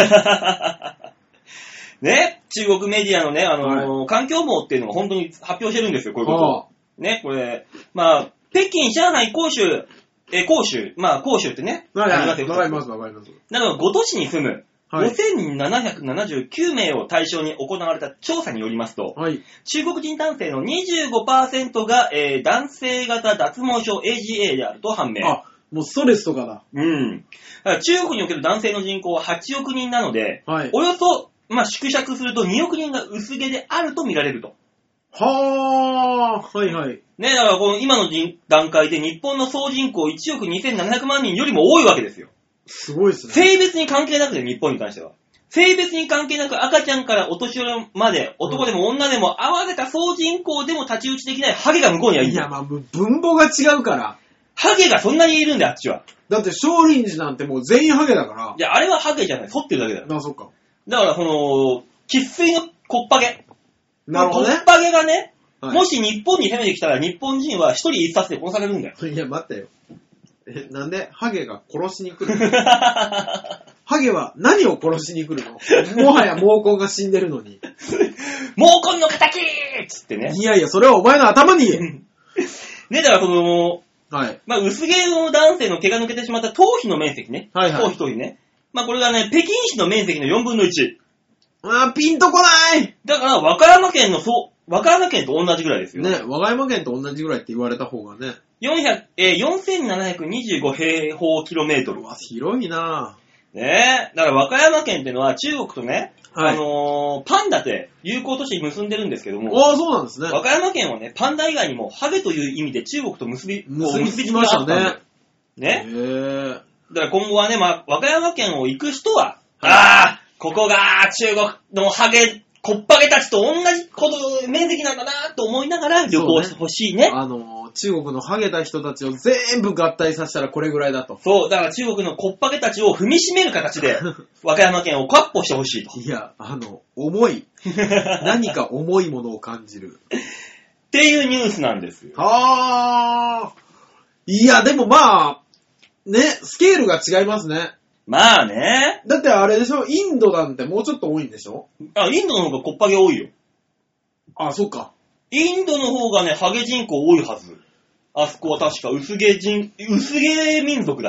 [SPEAKER 2] ね、中国メディアのね、あのーはい、環境網っていうのが本当に発表してるんですよ、こういうことを。ね、これ、まあ、北京、上海、広州、え、広州、まあ、広州ってね。
[SPEAKER 3] はい、はい、わかります、わかります。
[SPEAKER 2] なので、ご都市に住む、ごせんななひゃくななじゅうきゅうめいを対象に行われた調査によりますと、はい、中国人男性の にじゅうごパーセント が、えー、男性型脱毛症 エージーエー であると判明。
[SPEAKER 3] あ、もうストレスとかだ。
[SPEAKER 2] うん。だから中国における男性の人口ははちおくにんなので、はい、およそ、まあ、縮尺するとにおくにんが薄毛であると見られると。
[SPEAKER 3] はー、はいはい。
[SPEAKER 2] ね、だからこの今の段階で日本の総人口いちおくにせんななひゃくまんにんよりも多いわけですよ。
[SPEAKER 3] すごいですね。
[SPEAKER 2] 性別に関係なくて、日本に関しては。性別に関係なく赤ちゃんからお年寄りまで、男でも女でも合わせた総人口でも太刀打ちできないハゲが向こうにはいる。
[SPEAKER 3] いや、まあ、分母が違うから。
[SPEAKER 2] ハゲがそんなにいるんだよ、あっちは。
[SPEAKER 3] だって少林寺なんてもう全員ハゲだから。
[SPEAKER 2] いや、あれはハゲじゃない。剃ってるだけだよ。
[SPEAKER 3] あ、そっか。
[SPEAKER 2] だから、この、生粋のコッパゲ。
[SPEAKER 3] なるほどね。
[SPEAKER 2] コッパゲがね、はい、もし日本に攻めてきたら日本人は一人一冊で殺されるんだよ。
[SPEAKER 3] いや、待ってよ。え、なんでハゲが殺しに来るの？ハゲは何を殺しに来るの？もはや毛根が死んでるのに。
[SPEAKER 2] 毛根の敵っつってね。
[SPEAKER 3] いやいや、それはお前の頭に言え。
[SPEAKER 2] ね、だからこの、はい。まあ、薄毛の男性の毛が抜けてしまった頭皮の面積ね。はいはい。頭皮頭皮ね。まあ、これがね、北京市の面積のよんぶんのいち。
[SPEAKER 3] あー、ピンとこない。
[SPEAKER 2] だから、和歌山県の、そう、和歌山県と同じぐらいですよ。
[SPEAKER 3] ね、和歌山県と同じぐらいって言われた方がね。
[SPEAKER 2] よんひゃく、えー、よんせんななひゃくにじゅうご平方キロメートル。
[SPEAKER 3] わ、広いな
[SPEAKER 2] ぁ。ねえ。だから和歌山県ってのは中国とね、はい、あのー、パンダって友好都市結んでるんですけども。
[SPEAKER 3] ああ、そうなんですね。
[SPEAKER 2] 和歌山県はね、パンダ以外にもハゲという意味で中国と結び、
[SPEAKER 3] 結びつきましたね。
[SPEAKER 2] ね。へぇだから今後はね、まあ、和歌山県を行く人は、はい、ああ、ここが中国のハゲ、コッパゲたちと同じこと、面積なんだなと思いながら旅行してほしいね。ね
[SPEAKER 3] あの、中国のハゲた人たちを全部合体させたらこれぐらいだと。
[SPEAKER 2] そう、だから中国のコッパゲたちを踏みしめる形で、和歌山県をカッポしてほしいと。
[SPEAKER 3] いや、あの、重い。何か重いものを感じる。
[SPEAKER 2] っていうニュースなんですよ。
[SPEAKER 3] はー。いや、でもまあ、ね、スケールが違いますね。
[SPEAKER 2] まあね。
[SPEAKER 3] だってあれでしょ、インドなんてもうちょっと多いんでしょ？
[SPEAKER 2] あ、インドの方がコッパゲ多いよ。
[SPEAKER 3] あ、そっか。
[SPEAKER 2] インドの方がね、ハゲ人口多いはず。あそこは確か薄毛人、薄毛民族だ。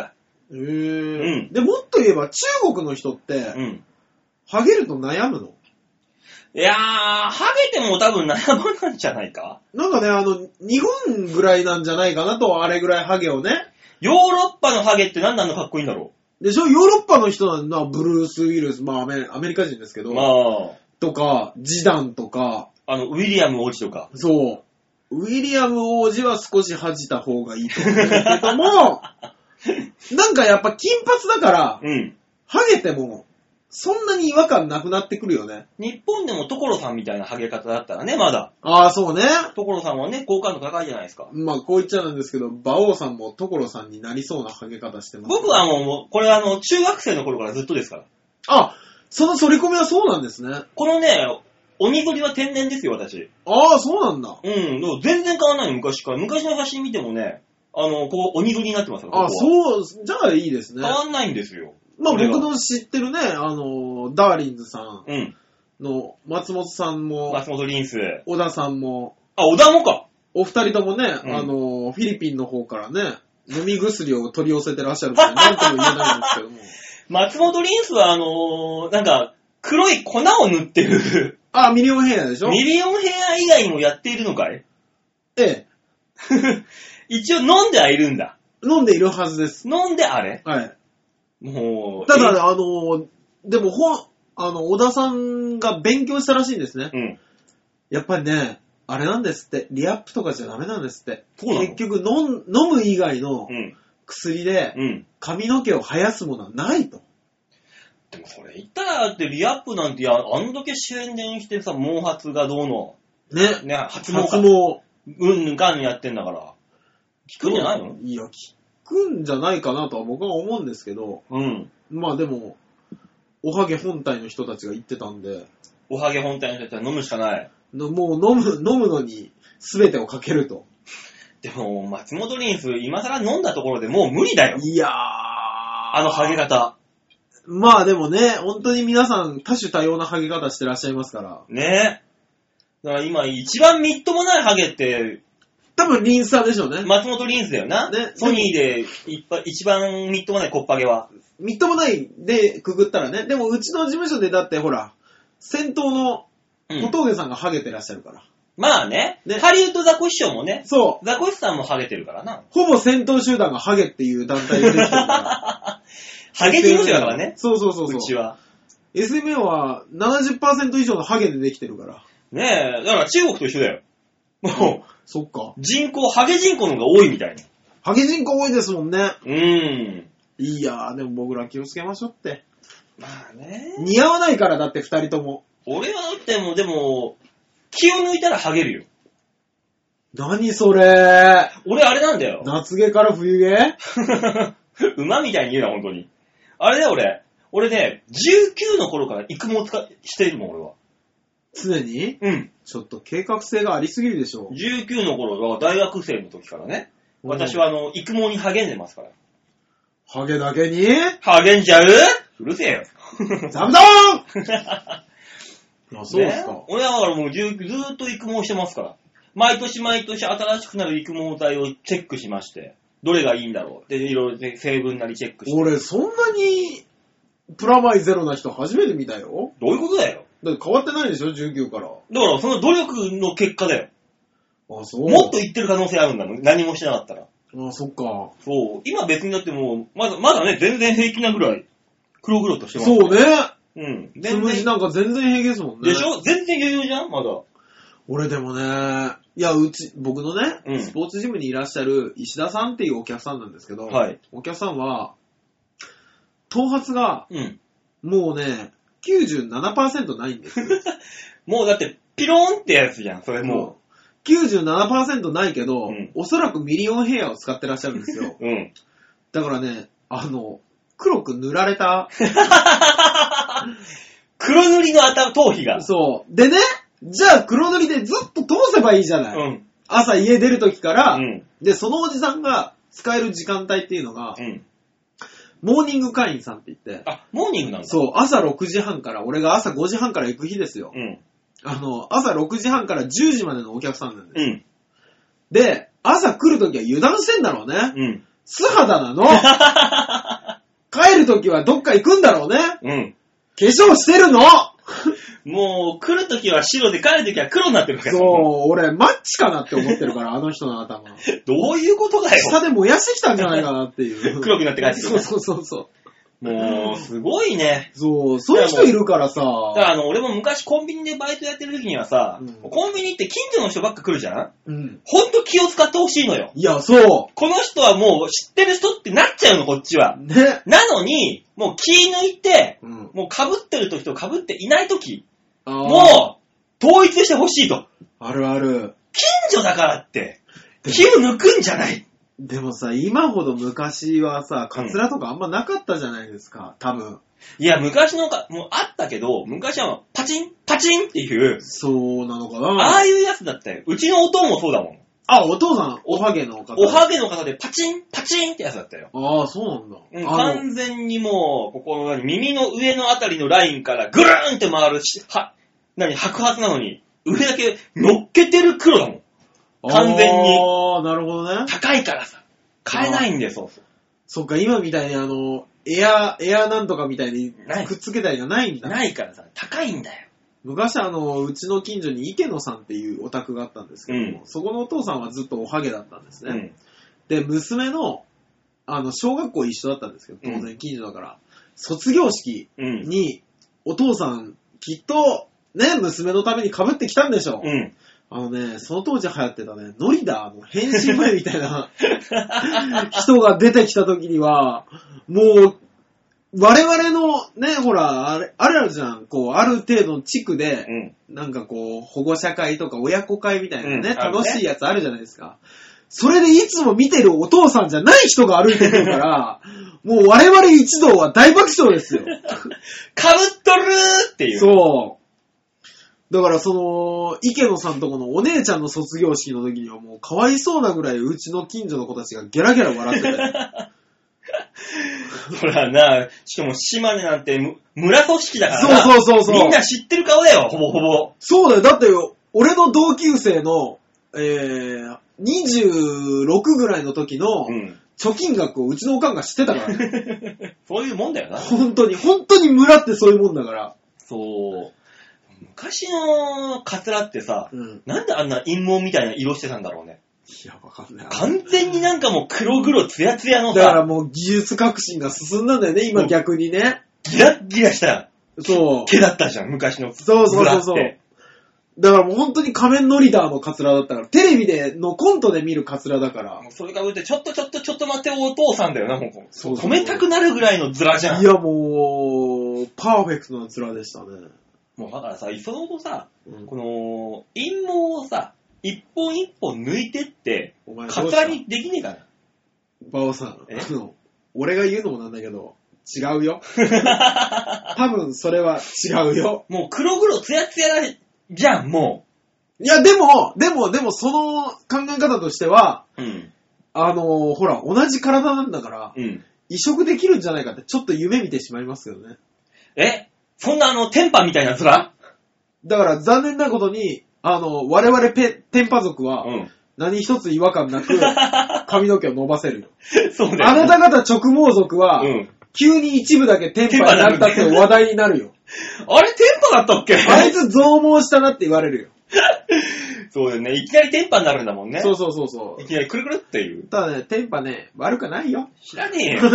[SPEAKER 3] へぇー。うん。で、もっと言えば中国の人って、うん。ハゲると悩むの？
[SPEAKER 2] いやー、ハゲても多分悩まないんじゃないか？
[SPEAKER 3] なんかね、あの、日本ぐらいなんじゃないかなと、あれぐらいハゲをね。
[SPEAKER 2] ヨーロッパのハゲって何なのかっこいいんだろ
[SPEAKER 3] う？でしょ？ヨーロッパの人なんだ、ブルース・ウィルス、まあアメ、アメリカ人ですけど。まあ。とか、ジダンとか。
[SPEAKER 2] あの、ウィリアム王子とか。
[SPEAKER 3] そう。ウィリアム王子は少し恥じた方がいいと思うけども、なんかやっぱ金髪だから、うん。ハゲても、そんなに違和感なくなってくるよね。
[SPEAKER 2] 日本でも所さんみたいなハゲ方だったらね、まだ。
[SPEAKER 3] ああ、そうね。
[SPEAKER 2] 所さんはね、好感度高いじゃないですか。
[SPEAKER 3] まあ、こう言っちゃなんですけど、馬王さんも所さんになりそうなハゲ方してます、
[SPEAKER 2] ね。僕はもう、これあの、中学生の頃からずっとですから。
[SPEAKER 3] あ、その反り込みはそうなんですね。
[SPEAKER 2] このね、鬼反りは天然ですよ、私。
[SPEAKER 3] ああ、そうなんだ。
[SPEAKER 2] うん、でも全然変わんないよ、昔から。昔の写真見てもね、あの、こう、鬼反りになってますよ、
[SPEAKER 3] ああ、そう、じゃあいいですね。
[SPEAKER 2] 変わんないんですよ。
[SPEAKER 3] まあ僕の知ってるね、あの、ダーリンズさんの松本さんも、
[SPEAKER 2] 松本リンス。
[SPEAKER 3] 小田さんも、
[SPEAKER 2] あ、小田もか。
[SPEAKER 3] お二人ともね、うん、あの、フィリピンの方からね、飲み薬を取り寄せてらっしゃるから、なんとも言えないんですけども。
[SPEAKER 2] 松本リンスはあのー、なんか、黒い粉を塗ってる。
[SPEAKER 3] あ、ミリオンヘアでしょ？
[SPEAKER 2] ミリオンヘア以外にもやっているのかい？
[SPEAKER 3] ええ。
[SPEAKER 2] 一応飲んではいるんだ。
[SPEAKER 3] 飲んでいるはずです。
[SPEAKER 2] 飲んであれ？
[SPEAKER 3] はい。
[SPEAKER 2] もう。
[SPEAKER 3] ただ、あの、でも、ほん、あの、小田さんが勉強したらしいんですね。うん。やっぱりね、あれなんですって、リアップとかじゃダメなんですって。そうなの？結局飲、飲む以外の薬で、髪の毛を生やすものはないと。
[SPEAKER 2] でもそれ言ったら、だってリアップなんて、あんだけ宣伝してさ、毛髪がどうの。
[SPEAKER 3] ね。
[SPEAKER 2] ね、発毛か。
[SPEAKER 3] 発毛。
[SPEAKER 2] うんぬかんやってんだから。効くんじゃないの？
[SPEAKER 3] いや、効くんじゃないかなとは僕は思うんですけど。うん。まあでも、おはげ本体の人たちが言ってたんで。
[SPEAKER 2] おはげ本体の人たちは飲むしかない。
[SPEAKER 3] のもう飲む、飲むのに全てをかけると。
[SPEAKER 2] でも、松本リンス、今更飲んだところでもう無理だよ。
[SPEAKER 3] いやー。
[SPEAKER 2] あのハゲ方。
[SPEAKER 3] まあでもね、本当に皆さん多種多様なハゲ方してらっしゃいますから。
[SPEAKER 2] ねえ。だから今一番みっともないハゲって、
[SPEAKER 3] 多分リンスさんでしょうね。
[SPEAKER 2] 松本リンスだよな。ね。ソニーでいっぱ一番みっともないコッパゲは。
[SPEAKER 3] みっともないでくぐったらね。でもうちの事務所でだってほら、先頭の小峠さんがハゲてらっしゃるから。うん、
[SPEAKER 2] まあね。ね。ハリウッドザコシショウもね。
[SPEAKER 3] そう。
[SPEAKER 2] ザコシさんもハゲてるからな。
[SPEAKER 3] ほぼ先頭集団がハゲっていう団体でできてるから。
[SPEAKER 2] ハゲ事務所だからね。
[SPEAKER 3] そうそうそうそう。
[SPEAKER 2] うちは。
[SPEAKER 3] エスエムエー は ななじゅっパーセント 以上のハゲでできてるから。
[SPEAKER 2] ねえ、だから中国と一緒だよ。もう、
[SPEAKER 3] そっか。
[SPEAKER 2] 人口、ハゲ人口の方が多いみたいな。
[SPEAKER 3] ハゲ人口多いですもんね。
[SPEAKER 2] うーん。
[SPEAKER 3] いやー、でも僕ら気をつけましょうって。
[SPEAKER 2] まあね。
[SPEAKER 3] 似合わないからだって二人とも。
[SPEAKER 2] 俺はだってもう、でも、気を抜いたらハゲるよ。
[SPEAKER 3] 何それー。
[SPEAKER 2] 俺あれなんだよ。
[SPEAKER 3] 夏毛から冬毛
[SPEAKER 2] 馬みたいに言うな、ほんとに。あれだよ、俺。俺ね、じゅうきゅうの頃から育毛を使しているもん、俺は。
[SPEAKER 3] 常に？
[SPEAKER 2] うん。
[SPEAKER 3] ちょっと計画性がありすぎるでしょ。
[SPEAKER 2] じゅうきゅうの頃は大学生の時からね。私はあの、育毛に励んでますから。
[SPEAKER 3] ハゲだけに
[SPEAKER 2] 励んじゃう？うるせえよ。
[SPEAKER 3] ザブドーンあ、そうですか。
[SPEAKER 2] ね、俺はだからもうずーっと育毛してますから。毎年毎年新しくなる育毛剤をチェックしまして、どれがいいんだろう。で、いろいろ成分なりチェックして。
[SPEAKER 3] 俺、そんなにプラマイゼロな人初めて見たよ。
[SPEAKER 2] どういうことだよ。
[SPEAKER 3] だって変わってないでしょ、じゅうきゅうから。だ
[SPEAKER 2] からその努力の結果だよ。
[SPEAKER 3] あ、そう。
[SPEAKER 2] もっと言ってる可能性あるんだもん。何もしなかったら。
[SPEAKER 3] あ、そっか。
[SPEAKER 2] そう。今別にだってもう、まだ、まだね、全然平気なぐらい、黒々としてます
[SPEAKER 3] そうね。
[SPEAKER 2] うん。
[SPEAKER 3] 全然。つむじなんか全然平気ですもんね。
[SPEAKER 2] でしょ？全然余裕じゃんまだ。
[SPEAKER 3] 俺でもね、いや、うち、僕のね、うん、スポーツジムにいらっしゃる石田さんっていうお客さんなんですけど、はい、お客さんは、頭髪が、うん、もうね、きゅうじゅうななパーセント ないんですよ。
[SPEAKER 2] もうだって、ピローンってやつじゃん、それもう。
[SPEAKER 3] きゅうじゅうななパーセント ないけど、うん、おそらくミリオンヘアを使ってらっしゃるんですよ。うん、だからね、あの、黒く塗られた。
[SPEAKER 2] 黒塗りの頭、頭皮が。
[SPEAKER 3] そう。でね、じゃあ黒塗りでずっと通せばいいじゃない。うん、朝家出るときから、うん、で、そのおじさんが使える時間帯っていうのが、うん、モーニング会員さんって言って。
[SPEAKER 2] あ、モーニングなんだ。
[SPEAKER 3] そう、朝ろくじはんから、俺が朝ごじはんから行く日ですよ。うん、あの、朝ろくじはんからじゅうじまでのお客さんなんです。うん、で、朝来るときは油断してんだろうね。うん、素肌なの。 時はどっか行くんだろうね。
[SPEAKER 2] うん。
[SPEAKER 3] 化粧してるの
[SPEAKER 2] もう、来る時は白で帰る時は黒になってるから。
[SPEAKER 3] そう、俺、マッチかなって思ってるから、あの人の頭。
[SPEAKER 2] どういうことだよ。
[SPEAKER 3] 下で燃やしてきたんじゃないかなっていう。
[SPEAKER 2] 黒くなって帰ってくる、
[SPEAKER 3] ね。そうそうそうそう。
[SPEAKER 2] もう、すごいね。
[SPEAKER 3] そう、そういう人いるからさ。
[SPEAKER 2] だからあの、俺も昔コンビニでバイトやってる時にはさ、うん、コンビニって近所の人ばっか来るじゃんうん。ほんと気を使ってほしいのよ。
[SPEAKER 3] いや、そう。
[SPEAKER 2] この人はもう知ってる人ってなっちゃうの、こっちは。
[SPEAKER 3] ね。
[SPEAKER 2] なのに、もう気抜いて、うん、もう被ってる時と被っていない時、もう、統一してほしいと。
[SPEAKER 3] あるある。
[SPEAKER 2] 近所だからって、気を抜くんじゃない。
[SPEAKER 3] でもさ、今ほど昔はさ、カツラとかあんまなかったじゃないですか、多分。
[SPEAKER 2] いや、昔のか、もうあったけど、昔はパチン、パチンっていう。
[SPEAKER 3] そうなのかな。
[SPEAKER 2] ああいうやつだったよ。うちのお父もそうだもん。
[SPEAKER 3] あ、お父さん、おはげの方。
[SPEAKER 2] おはげの方でパチン、パチンってやつだったよ。
[SPEAKER 3] ああ、そうなんだ。
[SPEAKER 2] うん、完全にもう、ここの耳の上のあたりのラインからぐるーんって回るし、は、何、白髪なのに、上だけ乗っけてる黒だもん。完全に。
[SPEAKER 3] ああ、なるほどね。
[SPEAKER 2] 高いからさ。買えないんだよ、そうそう。
[SPEAKER 3] そっか、今みたいにあの、エア、エアなんとかみたいにくっつけたりがないんだ。
[SPEAKER 2] ないからさ、高いんだよ。
[SPEAKER 3] 昔あの、うちの近所に池野さんっていうお宅があったんですけども、うん、そこのお父さんはずっとおはげだったんですね。うん、で、娘の、あの、小学校一緒だったんですけど、当然近所だから、うん、卒業式に、お父さん、きっと、ね、娘のために被ってきたんでしょう。うん、あのね、その当時流行ってたね、ノリダーの変身前みたいな人が出てきた時には、もう、我々のね、ほら、あれ、あるあるじゃん。こう、ある程度の地区で、うん、なんかこう、保護者会とか親子会みたいなね、うん、楽しいやつあるじゃないですか。それでいつも見てるお父さんじゃない人が歩いてくるから、もう我々一同は大爆笑ですよ。
[SPEAKER 2] かぶっとるーっていう。
[SPEAKER 3] そう。だからその、池野さんとこのお姉ちゃんの卒業式の時にはもうかわいそうなぐらいうちの近所の子たちがゲラゲラ笑ってて。
[SPEAKER 2] ほらな、しかも島根なんて村組織だからな。
[SPEAKER 3] そうそうそうそう。
[SPEAKER 2] みんな知ってる顔だよ、ほぼほぼ。
[SPEAKER 3] そうだよ。だってよ、俺の同級生の、えー、にじゅうろくぐらいの時の貯金額をうちのおかんが知ってたからね。
[SPEAKER 2] そういうもんだよな。
[SPEAKER 3] 本当に、本当に村ってそういうもんだから。
[SPEAKER 2] そう。昔のカツラってさ、うん、なんであんな陰謀みたいな色してたんだろうね。
[SPEAKER 3] いや、わかんない。
[SPEAKER 2] 完全になんかもう黒黒ツヤツヤのさ。
[SPEAKER 3] だからもう技術革新が進んだんだよね、今逆にね。
[SPEAKER 2] ギラッギラした。
[SPEAKER 3] そう。
[SPEAKER 2] 毛だったじゃん、昔の。
[SPEAKER 3] そうそうそうそう。だからもう本当に仮面ノリダーのカツラだったから、テレビでのコントで見るカツラだから。
[SPEAKER 2] もうそれかぶってちょっとちょっとちょっと待ってお父さんだよな、もう。そうそう。止めたくなるぐらいのズラじゃん。
[SPEAKER 3] いやもう、パーフェクトなズラでしたね。
[SPEAKER 2] もうだからさ、いっそのことさ、うん、この、陰謀をさ、一本一本抜いてって、カツラにできねえかな。
[SPEAKER 3] バオさん、あの、俺が言うのもなんだけど、違うよ。多分それは違うよ。
[SPEAKER 2] もう黒黒ツヤツヤじゃん、も
[SPEAKER 3] う。いや、でも、でも、でもその考え方としては、うん、あの、ほら、同じ体なんだから、うん、移植できるんじゃないかってちょっと夢見てしまいますけどね。
[SPEAKER 2] え？そんなあの、テンパみたいなズラ？
[SPEAKER 3] だから残念なことに、あの、我々ペ、テンパ族は、うん、何一つ違和感なく、髪の毛を伸ばせるよ。
[SPEAKER 2] そうね。
[SPEAKER 3] あなた方直毛族は、うん、急に一部だけテンパになったって話題になるよ。
[SPEAKER 2] あれテンパだったっけ？
[SPEAKER 3] あいつ増毛したなって言われるよ。
[SPEAKER 2] そうだよね。いきなりテンパになるんだもんね。
[SPEAKER 3] そうそうそうそう。
[SPEAKER 2] いきなりくるくるっていう。
[SPEAKER 3] ただね、テンパね、悪くないよ。
[SPEAKER 2] 知らねえよ。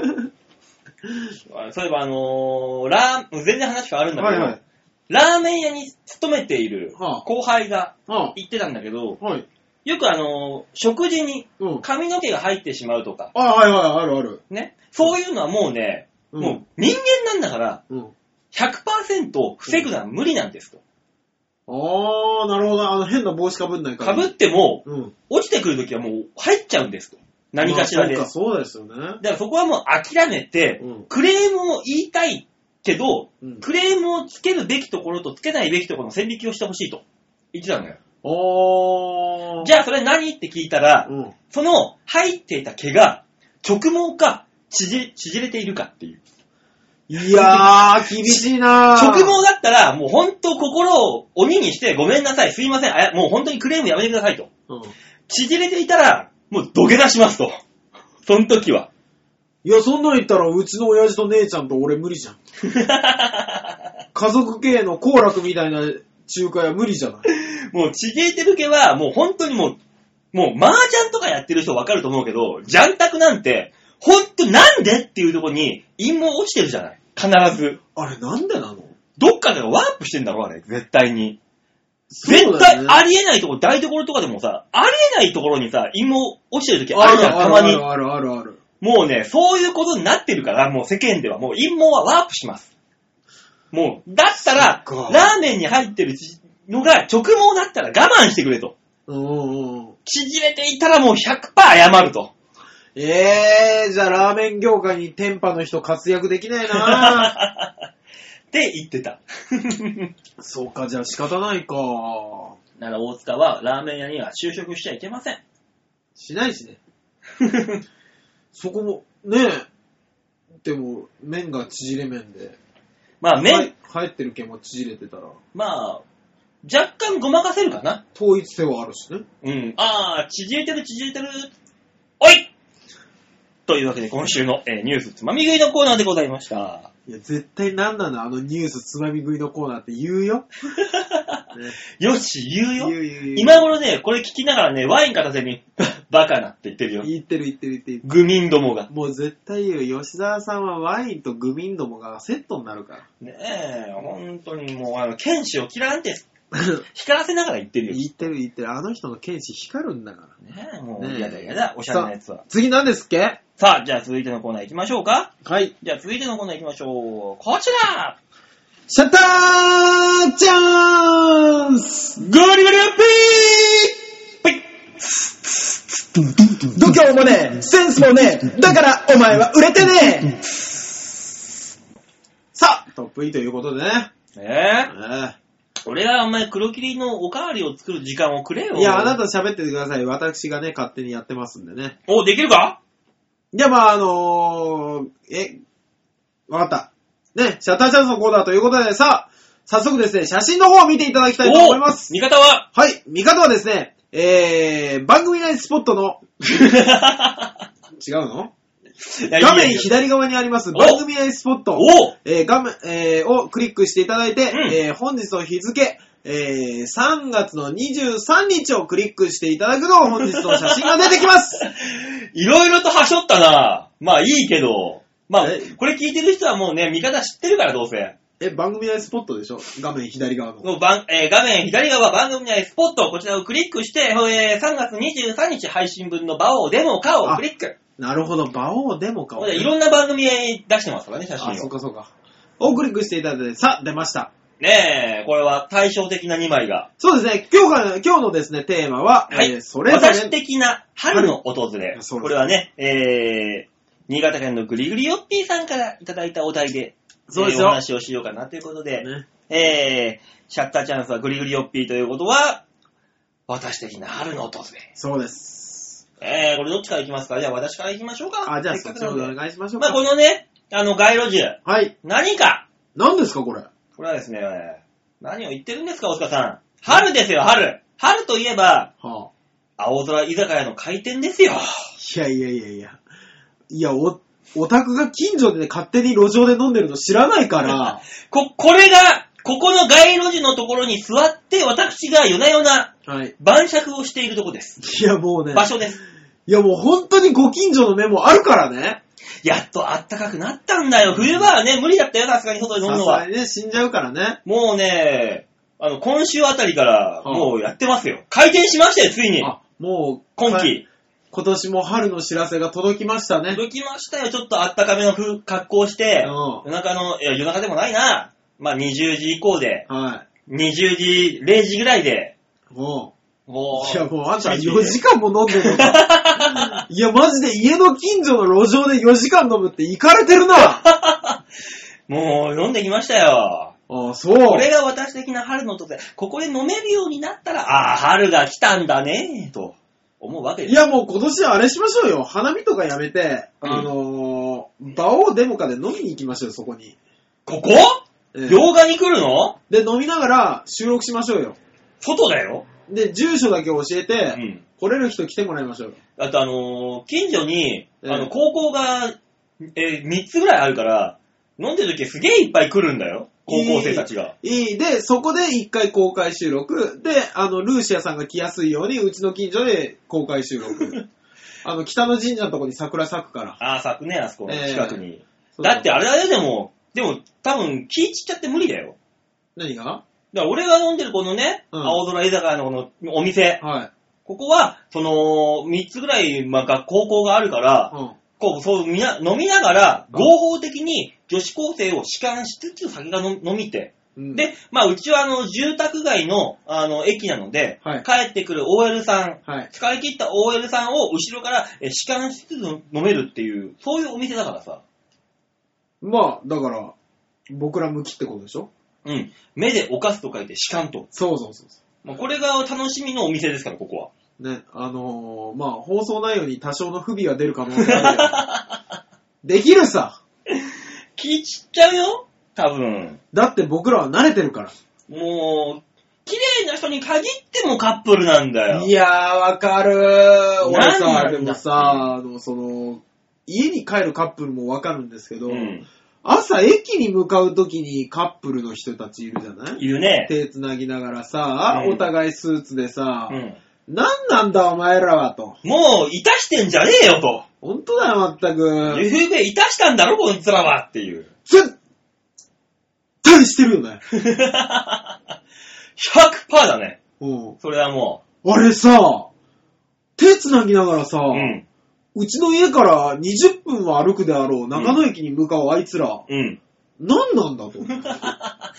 [SPEAKER 2] そういえばあのー、ラー、全然話変わるんだけど、はいはい、ラーメン屋に勤めている後輩が言ってたんだけど、はい、よくあのー、食事に髪の毛が入ってしまうとか、
[SPEAKER 3] うん、あ、はいはい、あるある。
[SPEAKER 2] ね。そういうのはもうね、うん、もう人間なんだから、うん、ひゃくパーセント 防ぐのは無理なんですと。
[SPEAKER 3] うん、あー、なるほど。あの変な帽子かぶんないから。
[SPEAKER 2] かぶっても、うん、落ちてくるときはもう入っちゃうんですと。何かしらで。
[SPEAKER 3] まあ、そうか、そうですよね。だ
[SPEAKER 2] からそこはもう諦めて、うん、クレームを言いたいけど、うん、クレームをつけるべきところとつけないべきところの線引きをしてほしいと言ってたのよ。
[SPEAKER 3] おー。
[SPEAKER 2] じゃあそれ何って聞いたら、うん、その入っていた毛が直毛か縮、縮れているかっていう。
[SPEAKER 3] いやー、厳しいなー。
[SPEAKER 2] 直毛だったら、もうほんと心を鬼にしてごめんなさい、すいません、あもう本当にクレームやめてくださいと。うん、縮れていたら、もう土下座しますと。その時は。
[SPEAKER 3] いや、そんなん言ったら、うちの親父と姉ちゃんと俺無理じゃん。家族系の行楽みたいな中華屋無理じゃない。
[SPEAKER 2] もう、ちげえてる系は、もう本当にもう、もう、麻雀とかやってる人わかると思うけど、ジャンタクなんて、ほんとなんでっていうところに陰謀落ちてるじゃない。必ず。
[SPEAKER 3] あれなんでなの？
[SPEAKER 2] どっかでワープしてんだろ、あれ。絶対に。
[SPEAKER 3] そうだよね、
[SPEAKER 2] 絶対ありえないところ、台所とかでもさ、ありえないところにさ、陰謀落ちてる時あるじゃん、たまに。
[SPEAKER 3] あるあるあるある。
[SPEAKER 2] もうね、そういうことになってるから、もう世間ではもう陰謀はワープします。もう、だったら、ラーメンに入ってるのが直毛だったら我慢してくれと。
[SPEAKER 3] うん。
[SPEAKER 2] 縮れていたらもう ひゃくパーセント 謝ると。
[SPEAKER 3] えー、じゃあラーメン業界に天パの人活躍できないなぁ。
[SPEAKER 2] って言ってた。
[SPEAKER 3] そうか、じゃあ仕方ないか。
[SPEAKER 2] なら大塚はラーメン屋には就職しちゃいけません。
[SPEAKER 3] しないしね。そこも、ねえ。でも、麺が縮れ麺で。
[SPEAKER 2] まあ麺、
[SPEAKER 3] 入ってる毛も縮れてたら。
[SPEAKER 2] まあ、若干ごまかせるかな。
[SPEAKER 3] 統一性はあるしね。
[SPEAKER 2] うん。ああ、縮れてる縮れてる。おいというわけで今週の、えー、ニュースつまみ食いのコーナーでございました。
[SPEAKER 3] いや、絶対なんなのあのニュースつまみ食いのコーナーって言うよ。
[SPEAKER 2] ね、よし、言うよ。
[SPEAKER 3] 言う言う言う
[SPEAKER 2] 今頃ね、これ聞きながらね、ワイン片手に、バカなって言ってるよ。
[SPEAKER 3] 言ってる言ってる言ってる。
[SPEAKER 2] グミンどもが。
[SPEAKER 3] もう絶対言う。吉沢さんはワインとグミンどもがセットになるから。
[SPEAKER 2] ねえ、ほんとにもう、あの、剣士を切らんて、光らせながら言ってるよ。
[SPEAKER 3] 言ってる言ってる。あの人の剣士光るんだから。
[SPEAKER 2] ねえ、もう、ね、やだやだ、おしゃれなやつは。
[SPEAKER 3] 次何ですっけ？
[SPEAKER 2] さあ、じゃあ続いてのコーナー行きましょうか。
[SPEAKER 3] はい。
[SPEAKER 2] じゃあ続いてのコーナー行きましょう。こちら
[SPEAKER 3] シャッターチャンス
[SPEAKER 2] ゴリゴリラッピー
[SPEAKER 3] 度胸もねえ、センスもねえ、だからお前は売れてねえ。さあ、トップイということでね。
[SPEAKER 2] ええ
[SPEAKER 3] ええ
[SPEAKER 2] 俺はお前黒霧のおかわりを作る時間をくれよ。
[SPEAKER 3] いや、あなた喋っててください。私がね、勝手にやってますんでね。
[SPEAKER 2] お、できるか？
[SPEAKER 3] じゃあ、まあ、あのー、え、わかった。ね、シャッターチャンスのコーナーということで、さあ、早速ですね、写真の方を見ていただきたいと思います。
[SPEAKER 2] 見方は？
[SPEAKER 3] はい、見方はですね、えー、番組内スポットの、違うの？画面左側にあります番組内スポット、えー、画面、えー、をクリックしていただいて、うんえー、本日の日付、えー、さんがつのにじゅうさんにちをクリックしていただくと本日の写真が出てきます。
[SPEAKER 2] いろいろとはしょったな。まあいいけど、まあこれ聞いてる人はもうね、見方知ってるからどうせ。
[SPEAKER 3] え、番組内スポットでしょ？画面左側の。
[SPEAKER 2] の番えー、画面左側番組内スポット、こちらをクリックして、えー、さんがつにじゅうさんにち配信分の場をデモかをクリック。
[SPEAKER 3] なるほど、場をデモかを、
[SPEAKER 2] ね。いろんな番組へ出してますからね、写真を。
[SPEAKER 3] あ、そうかそうか。をクリックしていただいて、さあ、出ました。
[SPEAKER 2] ねえ、これは対照的なにまいが。
[SPEAKER 3] そうですね、今日が、今日のですね、テーマは、
[SPEAKER 2] はい、
[SPEAKER 3] えー、それぞれ。
[SPEAKER 2] 私的な春の訪れ。これはね、えー、新潟県のぐりぐりよっぴーさんからいただいたお題で、
[SPEAKER 3] そうですよ、
[SPEAKER 2] えー、お話をしようかなということで、ね、えー、シャッターチャンスはぐりぐりよっぴーということは、私的な春の訪れ。
[SPEAKER 3] そうです。
[SPEAKER 2] えー、これどっちから行きますか？じゃあ私から行きましょうか。
[SPEAKER 3] あ、じゃあそっちの方でお願いしましょうか。
[SPEAKER 2] まあこのね、あの街路樹。
[SPEAKER 3] はい。
[SPEAKER 2] 何か。
[SPEAKER 3] 何ですかこれ。こ
[SPEAKER 2] れはですね、何を言ってるんですか、大塚さん。春ですよ、春。春といえば、はあ、青空居酒屋の開店ですよ。
[SPEAKER 3] いやいやいやいや。いや、お、オタクが近所でね、勝手に路上で飲んでるの知らないから。
[SPEAKER 2] こ、これが、ここの街路樹のところに座って、私が夜な夜な、はい、晩酌をしているとこです。
[SPEAKER 3] いやもうね。
[SPEAKER 2] 場所です。
[SPEAKER 3] いやもう本当にご近所の目もあるからね。
[SPEAKER 2] やっと暖かくなったんだよ。冬場はね、無理だったよ、さすがに外で飲むのは。
[SPEAKER 3] さすがにね、死んじゃうからね。
[SPEAKER 2] もうね、あの、今週あたりから、もうやってますよ。開店しましたよ、ついに。あ、
[SPEAKER 3] もう、
[SPEAKER 2] 今季。
[SPEAKER 3] 今年も春の知らせが届きましたね。
[SPEAKER 2] 届きましたよ。ちょっとあったかめの格好して、夜中の、いや、夜中でもないな。まあ、にじゅうじ以降で、はい、にじゅうじ、れいじぐらいで、
[SPEAKER 3] もう、もういや、もうあんたよじかんも飲んでるのか。いや、マジで家の近所の路上でよじかん飲むってイカれてるな。
[SPEAKER 2] もう飲んできましたよ。
[SPEAKER 3] ああ、そう。
[SPEAKER 2] これが私的な春の訪れ。ここで飲めるようになったら、ああ、春が来たんだね、と思うわけです。
[SPEAKER 3] いや、もう今年はあれしましょうよ。花見とかやめて、うん、あのー、馬王デモカで飲みに行きましょうよ、そこに。
[SPEAKER 2] ここ洋画に来るの？
[SPEAKER 3] で、飲みながら収録しましょうよ。
[SPEAKER 2] 外だよ。
[SPEAKER 3] で、住所だけ教えて、うん、来れる人来てもらいましょうよ。
[SPEAKER 2] あとあのー、近所に、あの、高校がえー、みっつぐらいあるから、飲んでる時すげえいっぱい来るんだよ。高校生たちが。
[SPEAKER 3] いい。いいで、そこで一回公開収録。で、あの、ルーシアさんが来やすいように、うちの近所で公開収録。あの、北の神社のとこに桜咲くから。
[SPEAKER 2] ああ、咲くね、あそこの近くに。えー、だってあれだよ、でも、でも、多分、気散っちゃって無理だよ。
[SPEAKER 3] 何が？
[SPEAKER 2] だから俺が飲んでるこのね、うん、青空居酒屋のこのお店。はい。ここは、その、みっつぐらい、まあ、学高校があるから、うん、こう、そう、みな、飲みながら、合法的に女子高生を弛緩しつつ酒が飲みて、うん、で、まあ、うちはあの、住宅街の、あの、駅なので、はい、帰ってくる オーエル さん、はい、使い切った オーエル さんを後ろからえ弛緩しつつ飲めるっていう、そういうお店だからさ。
[SPEAKER 3] まあ、だから、僕ら向きってことでしょ？
[SPEAKER 2] うん。目で犯すと書いて弛緩と。
[SPEAKER 3] そうそうそうそう。
[SPEAKER 2] まあ、これが楽しみのお店ですから、ここは。
[SPEAKER 3] ね、あのー、まあ、放送内容に多少の不備が出る可能性あるけど。できるさ。
[SPEAKER 2] 気散っちゃうよ多分。
[SPEAKER 3] だって僕らは慣れてるから。
[SPEAKER 2] もう、綺麗な人に限ってもカップルなんだよ。
[SPEAKER 3] いやー、わかるー。俺さ、でもさ、あの、その、家に帰るカップルもわかるんですけど、うん、朝駅に向かうときにカップルの人たちいるじゃない？
[SPEAKER 2] いるね。
[SPEAKER 3] 手つなぎながらさ、うん、お互いスーツでさ、うんなんなんだお前らはと。
[SPEAKER 2] もう、いたしてんじゃねえよと。
[SPEAKER 3] ほんとだよ、まったく。
[SPEAKER 2] ゆうべいたしたんだろ、こいつらはっていう。
[SPEAKER 3] 絶対してるよね。
[SPEAKER 2] ひゃくパーセント だね。うん。それはも
[SPEAKER 3] う。あれさ、手つなぎながらさ、うん、うちの家からにじゅっぷんは歩くであろう中野駅に向かうあいつら。うん。何なんだと。だ
[SPEAKER 2] から、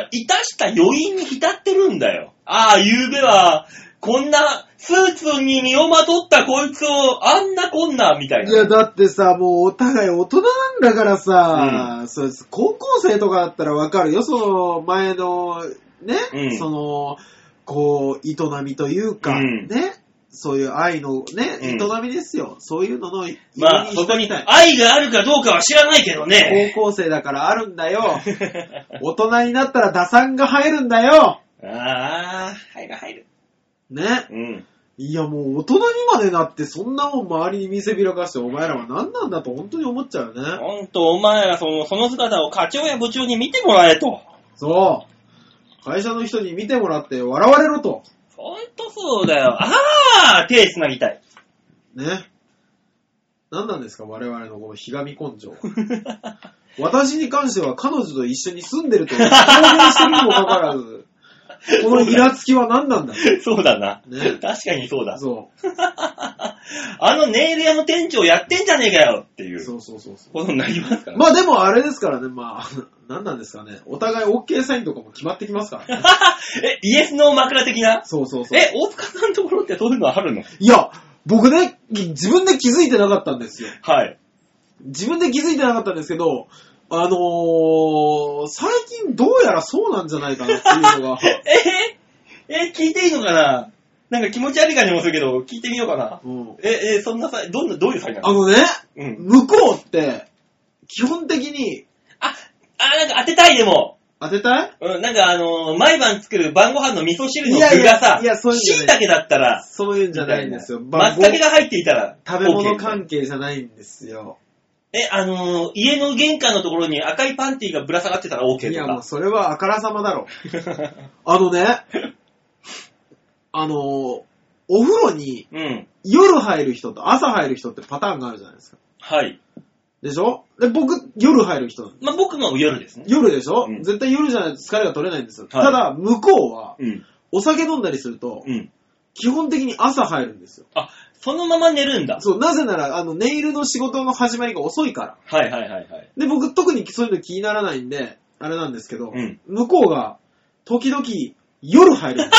[SPEAKER 2] いたした余韻に浸ってるんだよ。ああ、ゆうべは、こんな、スーツに身をまとったこいつを、あんなこんな、みたいな。
[SPEAKER 3] いや、だってさ、もうお互い大人なんだからさ、うん、そうです。高校生とかだったらわかるよ、その、前の、ね、うん、その、こう、営みというか、うん、ね、そういう愛のね、営みですよ。うん、そういうのの、
[SPEAKER 2] まあ、そこに愛があるかどうかは知らないけどね。
[SPEAKER 3] 高校生だからあるんだよ。大人になったら打算が入るんだよ。
[SPEAKER 2] ああ、愛が入る。
[SPEAKER 3] ね。うん。いやもう大人にまでなってそんなもん周りに見せびらかしてお前らは何なんだと本当に思っちゃうよね。
[SPEAKER 2] ほんとお前らその、その姿を課長や部長に見てもらえと。
[SPEAKER 3] そう。会社の人に見てもらって笑われろと。
[SPEAKER 2] ほんとそうだよ。ああ手繋ぎたい。
[SPEAKER 3] ね。何なんですか我々のこのひがみ根性は。私に関しては彼女と一緒に住んでると公言してるにもかかわらず。このイラつきは何なんだ
[SPEAKER 2] そうだな、ね。確かにそうだ。
[SPEAKER 3] そう。
[SPEAKER 2] あのネイル屋の店長やってんじゃねえかよっていう。
[SPEAKER 3] そうそうそうそう。
[SPEAKER 2] ことになりますから、
[SPEAKER 3] ね。まあでもあれですからね、まあ、何なんですかね。お互い OK サインとかも決まってきますからね。
[SPEAKER 2] え、イエスノー枕的な
[SPEAKER 3] そうそうそう。
[SPEAKER 2] え、大塚さんのところってそういうのあるの？
[SPEAKER 3] いや、僕ね、自分で気づいてなかったんですよ。
[SPEAKER 2] はい。
[SPEAKER 3] 自分で気づいてなかったんですけど、あのー、最近どうやらそうなんじゃないかなっていうのが。
[SPEAKER 2] ええ、聞いていいのかな？なんか気持ち悪い感じもするけど、聞いてみようかな。うん、え、え、そんなさ、どんな、どういうサインなの？
[SPEAKER 3] あのね、うん、向こうって、基本的に、
[SPEAKER 2] あ、あ、なんか当てたいでも。
[SPEAKER 3] 当てたい？
[SPEAKER 2] うん、なんかあのー、毎晩作る晩ご飯の味噌汁の具がさ、いやいや、いやそういうんじゃない。椎茸だったら、
[SPEAKER 3] そういうんじゃないんですよ。
[SPEAKER 2] 松茸が入っていたら、
[SPEAKER 3] 食べ物関係じゃないんですよ。
[SPEAKER 2] え、あのー、家の玄関のところに赤いパンティーがぶら下がってたら OK とか。
[SPEAKER 3] いや、もうそれはあからさまだろ。あのね、あのー、お風呂に、夜入る人と朝入る人ってパターンがあるじゃないですか。
[SPEAKER 2] はい。
[SPEAKER 3] でしょ？で、僕、夜入る人なんです。
[SPEAKER 2] まあ、僕も夜ですね。
[SPEAKER 3] 夜でしょ、うん、絶対夜じゃないと疲れが取れないんですよ。はい、ただ、向こうは、うん、お酒飲んだりすると、うん、基本的に朝入るんですよ。
[SPEAKER 2] あ、そのまま寝るんだ。
[SPEAKER 3] そう、なぜなら、あの、ネイルの仕事の始まりが遅いから。
[SPEAKER 2] はいはいはいはい。
[SPEAKER 3] で、僕、特にそういうの気にならないんで、あれなんですけど、うん、向こうが、時々、夜入るんです。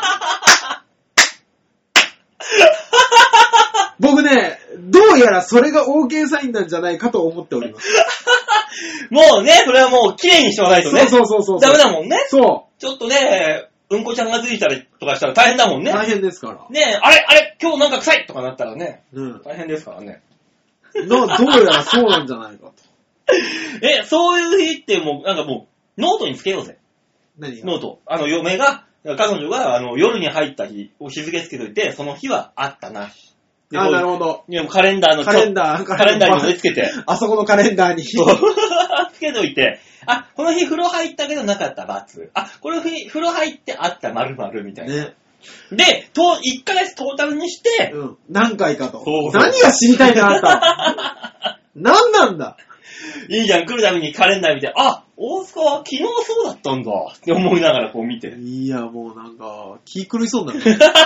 [SPEAKER 3] 僕ね、どうやらそれが OK サインなんじゃないかと思っております。
[SPEAKER 2] もうね、それはもう綺麗にしておかないとね。
[SPEAKER 3] そうそうそうそう。
[SPEAKER 2] ダメだもんね。
[SPEAKER 3] そう。
[SPEAKER 2] ちょっとね、うんこちゃんがついたりとかしたら大変だもんね。
[SPEAKER 3] 大変ですから。
[SPEAKER 2] ねえ、あれあれ今日なんか臭いとかなったらね、うん、大変ですからね。
[SPEAKER 3] どうやらそうなんじゃないかと。
[SPEAKER 2] え、そういう日ってもう、なんかもう、ノートにつけようぜ。
[SPEAKER 3] 何が？
[SPEAKER 2] ノート。あの、嫁が、彼女があの夜に入った日を日付つけといて、その日はあったな。
[SPEAKER 3] あ、なるほど。
[SPEAKER 2] いやカレンダーの、
[SPEAKER 3] カレンダー、
[SPEAKER 2] カレンダーに盛り付けて。
[SPEAKER 3] あそこのカレンダーに。
[SPEAKER 2] つけといて、あ、この日風呂入ったけどなかった×。あ、この日風呂入ってあった〇〇みたいな。ね。で、と、いっかげつトータルにして、
[SPEAKER 3] うん。何回かと。そうそう。何が知りたいな、あんた。何なんだ。
[SPEAKER 2] いいじゃん、来るたびにカレンダー見て、あ、大塚は昨日そうだったんだって思いながらこう見て。
[SPEAKER 3] いや、もうなんか、気狂いそうになる。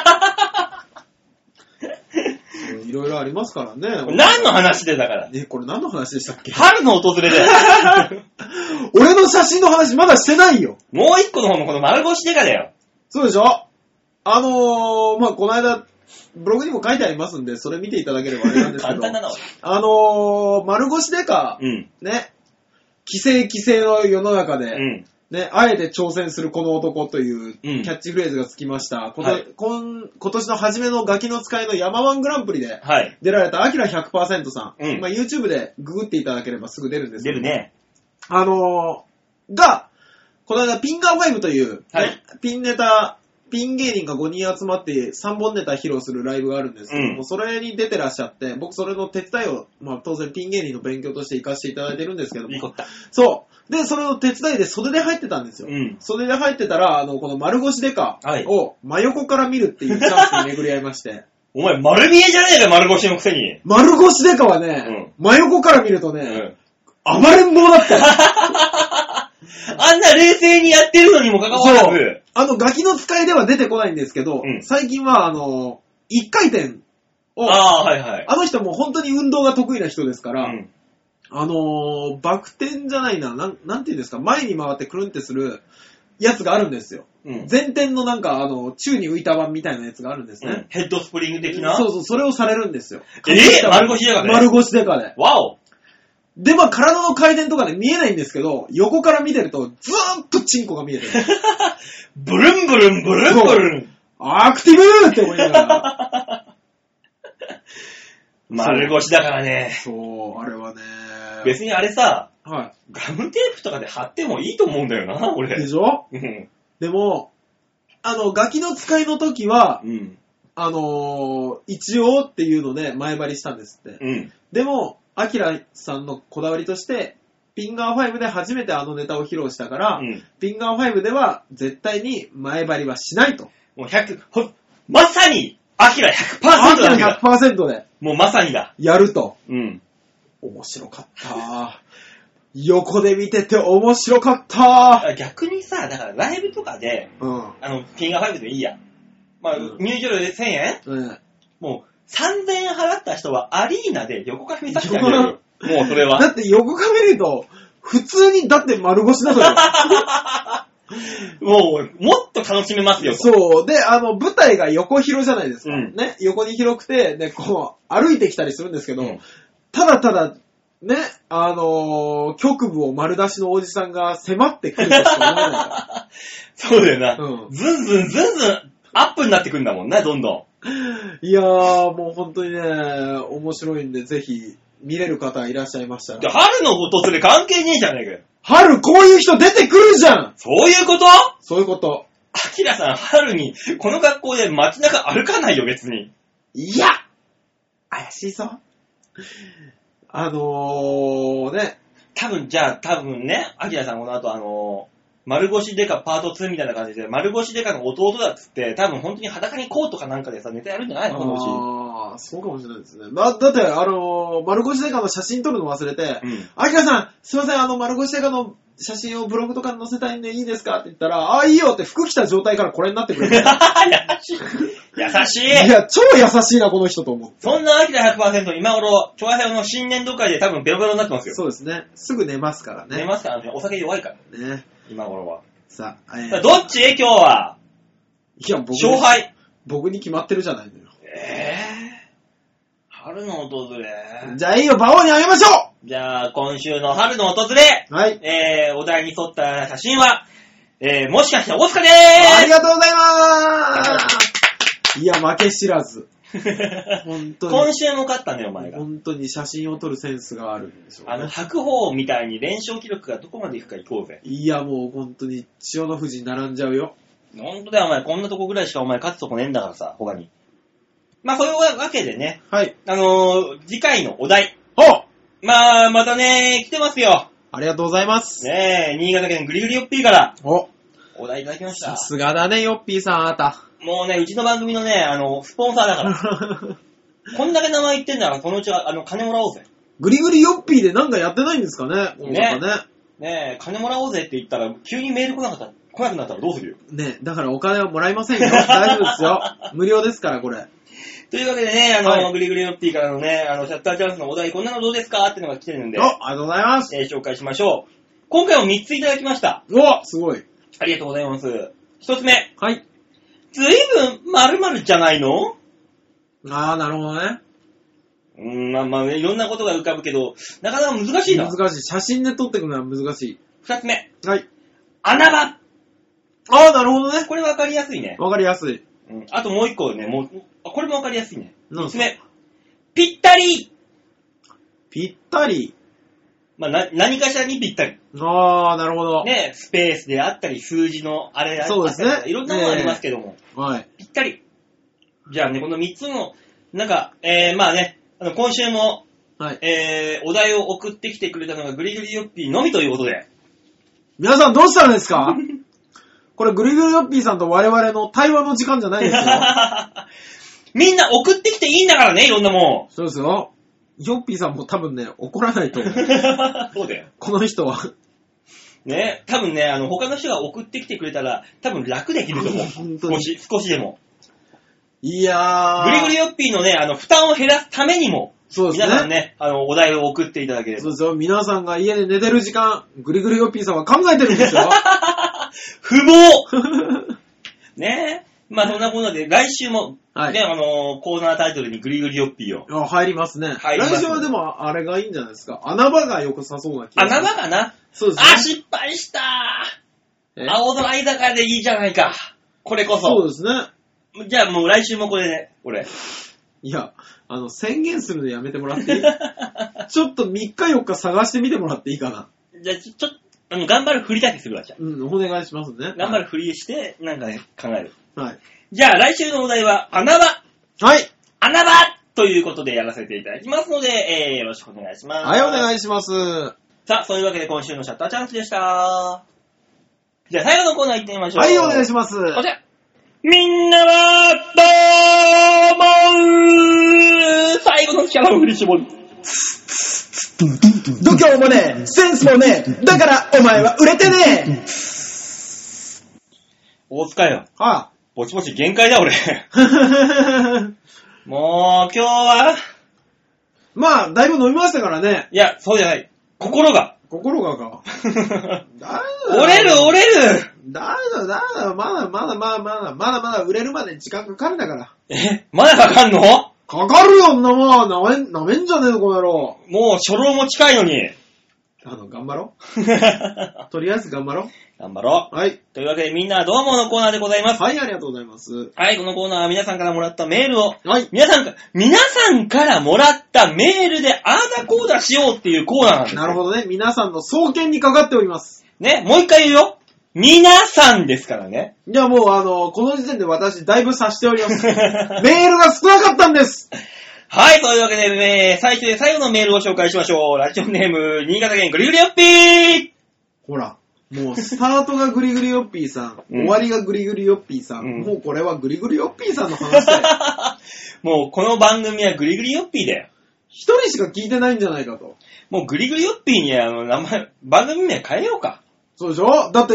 [SPEAKER 3] いろいろありますからね。
[SPEAKER 2] 何の話でだから。
[SPEAKER 3] え、これ何の話でしたっけ？
[SPEAKER 2] 春の訪れで。
[SPEAKER 3] 俺の写真の話まだしてないよ。
[SPEAKER 2] もう一個の方のこの丸腰デカだよ。
[SPEAKER 3] そうでしょ？あのー、まあ、この間、ブログにも書いてありますんで、それ見ていただければあれなんですけど。簡単なの。あのー、丸腰デカ、うん、ね、規制規制の世の中で、うん、ね、あえて挑戦するこの男というキャッチフレーズがつきました。うん、はい、今, 今年の初めのガキの使いのヤマワングランプリで出られたアキラ ひゃくパーセント さん、うん、まあ、YouTube でググっていただければすぐ出るんですけど、出るね。あのー、が、この間ピンガーファイブという、ね、はい、ピンネタ、ピン芸人がごにん集まってさんぼんネタ披露するライブがあるんですけども、うん、それに出てらっしゃって、僕それの手伝いを、まあ当然ピン芸人の勉強として行かせていただいてるんですけども、いいことだ。そう。で、それの手伝いで袖で入ってたんですよ。うん、袖で入ってたら、あの、この丸腰デカを真横から見るっていうチャンスに巡り合いまして。
[SPEAKER 2] お前丸見えじゃねえか、丸腰のくせに。
[SPEAKER 3] 丸腰デカはね、うん、真横から見るとね、うん、暴れん坊だったよ。
[SPEAKER 2] あんな冷静にやってるのにもかかわらず。
[SPEAKER 3] あの、ガキの使いでは出てこないんですけど、うん、最近は、あの、一回転を、
[SPEAKER 2] ああ、はいはい。
[SPEAKER 3] あの人も本当に運動が得意な人ですから、うん、あのー、バク転じゃないな、なん、なんていうんですか、前に回ってくるんってするやつがあるんですよ。うん、前転のなんか、あの、宙に浮いた版みたいなやつがあるんですね。うん、
[SPEAKER 2] ヘッドスプリング的な？
[SPEAKER 3] そうそう、それをされるんですよ。
[SPEAKER 2] えー、丸腰デカで？
[SPEAKER 3] 丸腰デカで。
[SPEAKER 2] わお！
[SPEAKER 3] で、まあ、体の回転とかで見えないんですけど、横から見てると、ずーっとチンコが見えてる。
[SPEAKER 2] ブルンブルン、ブルンブルン。
[SPEAKER 3] アクティブーって思いながら。
[SPEAKER 2] 丸腰だからね。
[SPEAKER 3] そう、あれはね。
[SPEAKER 2] 別にあれさ、
[SPEAKER 3] はい、
[SPEAKER 2] ガムテープとかで貼ってもいいと思うんだよな、俺。
[SPEAKER 3] でしょ？うん。でも、あの、ガキの使いの時は、うん、あのー、一応っていうので前張りしたんですって。うん。でも、アキラさんのこだわりとして、ピンガーファイブで初めてあのネタを披露したから、うん、ピンガーファイブでは絶対に前張りはしないと。
[SPEAKER 2] もうひゃく、ほ、まさに、アキラ ひゃくパーセント だ。
[SPEAKER 3] アキラ ひゃくパーセント で。
[SPEAKER 2] もうまさにだ。
[SPEAKER 3] やると。うん。面白かった。横で見てて面白かった。
[SPEAKER 2] 逆にさ、だからライブとかで、うん、あの、ピンガーファイブでいいや。まあ、うん、入場料でせんえん、うん、もう、さんぜんえん払った人はアリーナで横から見させてあげるよ。もうそれは。
[SPEAKER 3] だって横から見ると、普通にだって丸腰だから。
[SPEAKER 2] もう、もっと楽しめますよ。
[SPEAKER 3] そう。で、あの、舞台が横広じゃないですか。うん、ね。横に広くて、で、こう、歩いてきたりするんですけど、うん、ただただ、ね、あのー、局部を丸出しのおじさんが迫ってくるとしか思えないから。
[SPEAKER 2] そうだよな。うん、ずんずんずんずんアップになってくるんだもんね、どんど
[SPEAKER 3] ん。いやー、もう本当にね、面白いんで、ぜひ、見れる方いらっしゃいましたら。
[SPEAKER 2] 春の訪れ関係ねえじゃねえかよ。
[SPEAKER 3] 春、こういう人出てくるじゃん。
[SPEAKER 2] そういうこと？
[SPEAKER 3] そういうこと。
[SPEAKER 2] アキラさん、春に、この学校で街中歩かないよ、別に。
[SPEAKER 3] いや怪しいぞ。あのー、ね。
[SPEAKER 2] 多分、じゃあ、多分ね、アキラさんこの後、あのー、丸腰デカパートツーみたいな感じで、丸腰デカの弟だっつって、多分本当に裸にコートかなんかでさ、ネタやるんじゃないのこのうち。
[SPEAKER 3] ああ、そうかもしれないですね。まあ、だって、あのー、丸腰デカの写真撮るの忘れて、うん、アキラさん、すいません、あの、丸腰デカの写真をブログとかに載せたいんでいいですかって言ったら、ああ、いいよって服着た状態からこれになってくれる。優
[SPEAKER 2] しい。優しい。
[SPEAKER 3] いや、超優しいな、この人と思って。
[SPEAKER 2] そんなアキラ ひゃくパーセント 今頃、調和平の新年度会で多分ベロベロになってますよ。
[SPEAKER 3] そうですね。すぐ寝ますからね。
[SPEAKER 2] 寝ますからね。お酒弱いからね。今頃は。
[SPEAKER 3] さあ、
[SPEAKER 2] えー、どっち今日は。
[SPEAKER 3] いや、僕
[SPEAKER 2] 勝敗。
[SPEAKER 3] 僕に決まってるじゃないのよ。
[SPEAKER 2] えぇ、ー、春の訪れ。
[SPEAKER 3] じゃあいいよ、馬王にあげましょ
[SPEAKER 2] う。じゃあ、今週の春の訪れ。はい。えー、お題に沿った写真は、えー、もしかして大塚でーす。
[SPEAKER 3] ありがとうございまーす。いや、負け知らず。本当に
[SPEAKER 2] 今週も勝ったね、お前が。
[SPEAKER 3] 本当に写真を撮るセンスがあるんでしょうね。
[SPEAKER 2] あの、白鵬みたいに連勝記録がどこまでいくか行こうぜ。
[SPEAKER 3] いや、もう本当に千代の富士に並んじゃうよ。
[SPEAKER 2] 本当だよ、お前。こんなとこぐらいしかお前勝つとこねえんだからさ、他に。 まあ、そういうわけでね。
[SPEAKER 3] はい。
[SPEAKER 2] あのー、次回のお題。
[SPEAKER 3] お
[SPEAKER 2] まあ、またね、来てますよ。
[SPEAKER 3] ありがとうございます。
[SPEAKER 2] ねえ、新潟県グリグリヨッピーから。
[SPEAKER 3] お
[SPEAKER 2] お題いただきました。
[SPEAKER 3] さすがだね、ヨッピーさん、あなた。
[SPEAKER 2] もうね、うちの番組のね、あの、スポンサーだから。こんだけ名前言ってんだから、このうちは、あの、金もらおうぜ。
[SPEAKER 3] グリグリヨッピーでなんかやってないんですかね、
[SPEAKER 2] ね。ねねえ、金もらおうぜって言ったら、急にメール来なかったら、来なくなったらどうするよ。
[SPEAKER 3] ねだからお金はもらいませんよ。大丈夫ですよ。無料ですから、これ。
[SPEAKER 2] というわけでね、あの、
[SPEAKER 3] はい、
[SPEAKER 2] グリグリヨッピーからのね、あの、シャッターチャンスのお題、こんなのどうですかっていうのが来てるんで。
[SPEAKER 3] お、ありがとうございます。
[SPEAKER 2] えー、紹介しましょう。今回もみっついただきました。
[SPEAKER 3] お、すごい。
[SPEAKER 2] ありがとうございます。ひとつめ。
[SPEAKER 3] はい。
[SPEAKER 2] ずいぶん〇〇じゃないの？
[SPEAKER 3] あー、なるほどね。
[SPEAKER 2] うーん、まあまあね、いろんなことが浮かぶけど、なかなか難しいな。
[SPEAKER 3] 難しい。写真で撮ってくのは難しい。
[SPEAKER 2] 二つ目。
[SPEAKER 3] はい。
[SPEAKER 2] 穴場。
[SPEAKER 3] あー、なるほどね。
[SPEAKER 2] これわかりやすいね。
[SPEAKER 3] わかりやすい。
[SPEAKER 2] うん。あともう一個ね、もう、これもわかりやすいね。
[SPEAKER 3] 三
[SPEAKER 2] つ目。ぴったり。
[SPEAKER 3] ぴったり。
[SPEAKER 2] まあ、な、何かしらにぴったり。
[SPEAKER 3] あー、なるほど。
[SPEAKER 2] ね、スペースであったり、数字のあれだったり、
[SPEAKER 3] そうですね。
[SPEAKER 2] いろんなものありますけども。
[SPEAKER 3] えー、はい。
[SPEAKER 2] ぴったり。じゃあね、このみっつの、なんか、えー、まあね、あの、今週も、はい、えー、お題を送ってきてくれたのがグリグリヨッピーのみということで。
[SPEAKER 3] 皆さんどうしたんですか？これグリグリヨッピーさんと我々の対話の時間じゃないですよ。
[SPEAKER 2] みんな送ってきていいんだからね、いろんなもん。
[SPEAKER 3] そうですよ。ヨッピーさんも多分ね、怒らないと思う。
[SPEAKER 2] そうだよ。
[SPEAKER 3] この人は。
[SPEAKER 2] ね、多分ね、あの、他の人が送ってきてくれたら、多分楽できると思う。少し、少しでも。
[SPEAKER 3] いやー。
[SPEAKER 2] グリグリヨッピーのね、あの、負担を減らすためにも、
[SPEAKER 3] そうですね。
[SPEAKER 2] 皆さんね、あの、お題を送っていただければ。
[SPEAKER 3] そうですよ。皆さんが家で寝てる時間、グリグリヨッピーさんは考えてるんですよ。
[SPEAKER 2] 不毛ねえ。まあそんなことで、来週も、はい、ね、あのー、コーナータイトルにグリグリヨッピーを。
[SPEAKER 3] あ、入りますね。入りますね。来週はでも、あれがいいんじゃないですか。穴場が良さそうな気がする。
[SPEAKER 2] 穴場かな。
[SPEAKER 3] そうですね。
[SPEAKER 2] あ、失敗したー。青空居酒屋でいいじゃないか。これこそ。
[SPEAKER 3] そうですね。
[SPEAKER 2] じゃあもう来週もこれね、俺。
[SPEAKER 3] いや、あの、宣言するのやめてもらっていい？ちょっとみっかよっか探してみてもらっていいかな。
[SPEAKER 2] じゃあ、ちょ、ちょっと、あの、頑張るふりだけするわ、じゃあ。
[SPEAKER 3] うん、お願いしますね。
[SPEAKER 2] 頑張るふりして、なんかね、考える。
[SPEAKER 3] はい。
[SPEAKER 2] じゃあ、来週のお題は、穴場。
[SPEAKER 3] はい。
[SPEAKER 2] 穴場ということでやらせていただきますので、えー、よろしくお願いします。
[SPEAKER 3] はい、お願いします。
[SPEAKER 2] さあ、そういうわけで今週のシャッターチャンスでした。じゃあ、最後のコーナー行ってみましょう。
[SPEAKER 3] はい、お願いします。
[SPEAKER 2] こちら。みんなは、どう思う？最後の力を振り絞る。
[SPEAKER 3] 度胸もねえ、センスもねえ、だからお前は売れてねえ。
[SPEAKER 2] 大塚よ。
[SPEAKER 3] はあ、
[SPEAKER 2] ぼちぼち限界だ俺。もう今日は。
[SPEAKER 3] まあ、だいぶ飲みましたからね。
[SPEAKER 2] いや、そうじゃない。心が。
[SPEAKER 3] 心がか。
[SPEAKER 2] 折れる折れる。
[SPEAKER 3] だめだ、だめだ、まだまだまだまだ、まだまだ売れるまで時間かかるんだから。
[SPEAKER 2] え、まだかかんの？
[SPEAKER 3] かかるよ、んなもん。なめん、なめんじゃねえの、この野郎。
[SPEAKER 2] もう初老も近いのに。
[SPEAKER 3] あの、頑張ろう。とりあえず頑張ろう。
[SPEAKER 2] 頑張ろう。
[SPEAKER 3] はい。
[SPEAKER 2] というわけでみんなどうものコーナーでございます。
[SPEAKER 3] はい、ありがとうございます。
[SPEAKER 2] はい、このコーナーは皆さんからもらったメールを、
[SPEAKER 3] はい。
[SPEAKER 2] 皆さんか、皆さんからもらったメールであーだこーだしようっていうコーナーなんです。
[SPEAKER 3] なるほどね。皆さんの双肩にかかっております。
[SPEAKER 2] ね、もう一回言うよ。皆さんですからね。
[SPEAKER 3] じゃあもう、あの、この時点で私だいぶ察しております。メールが少なかったんです。
[SPEAKER 2] はい、というわけで、えー、最初で最後のメールを紹介しましょう。ラジオネーム、新潟県グリグリヨッピー。
[SPEAKER 3] ほら、もうスタートがグリグリヨッピーさん、うん、終わりがグリグリヨッピーさん、うん、もうこれはグリグリヨッピーさんの話だよ。
[SPEAKER 2] もうこの番組はグリグリヨッピーだよ。
[SPEAKER 3] 一人しか聞いてないんじゃないかと。
[SPEAKER 2] もうグリグリヨッピーにあの名前、番組名変えようか。
[SPEAKER 3] そうでしょ？だって、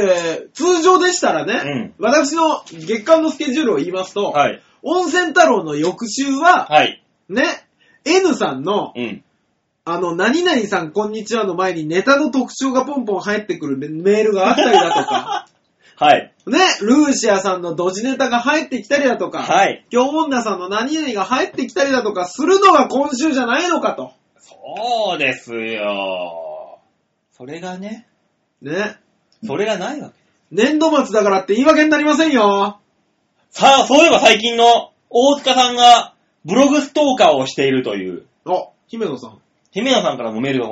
[SPEAKER 3] 通常でしたらね、うん、私の月間のスケジュールを言いますと、はい、温泉太郎の翌週は、はい、ね、N さんの、うん、あの、何々さんこんにちはの前にネタの特徴がポンポン入ってくるメールがあったりだとか、はい。ね、ルーシアさんのドジネタが入ってきたりだとか、はい。京女さんの何々が入ってきたりだとかするのが今週じゃないのかと。
[SPEAKER 2] そうですよ。それがね。
[SPEAKER 3] ね。
[SPEAKER 2] それがないわけ。
[SPEAKER 3] 年度末だからって言い訳になりませんよ。
[SPEAKER 2] さあ、そういえば最近の大塚さんがブログストーカーをしているという。
[SPEAKER 3] あ、姫野さん。
[SPEAKER 2] 姫野さんからもメールが来ない。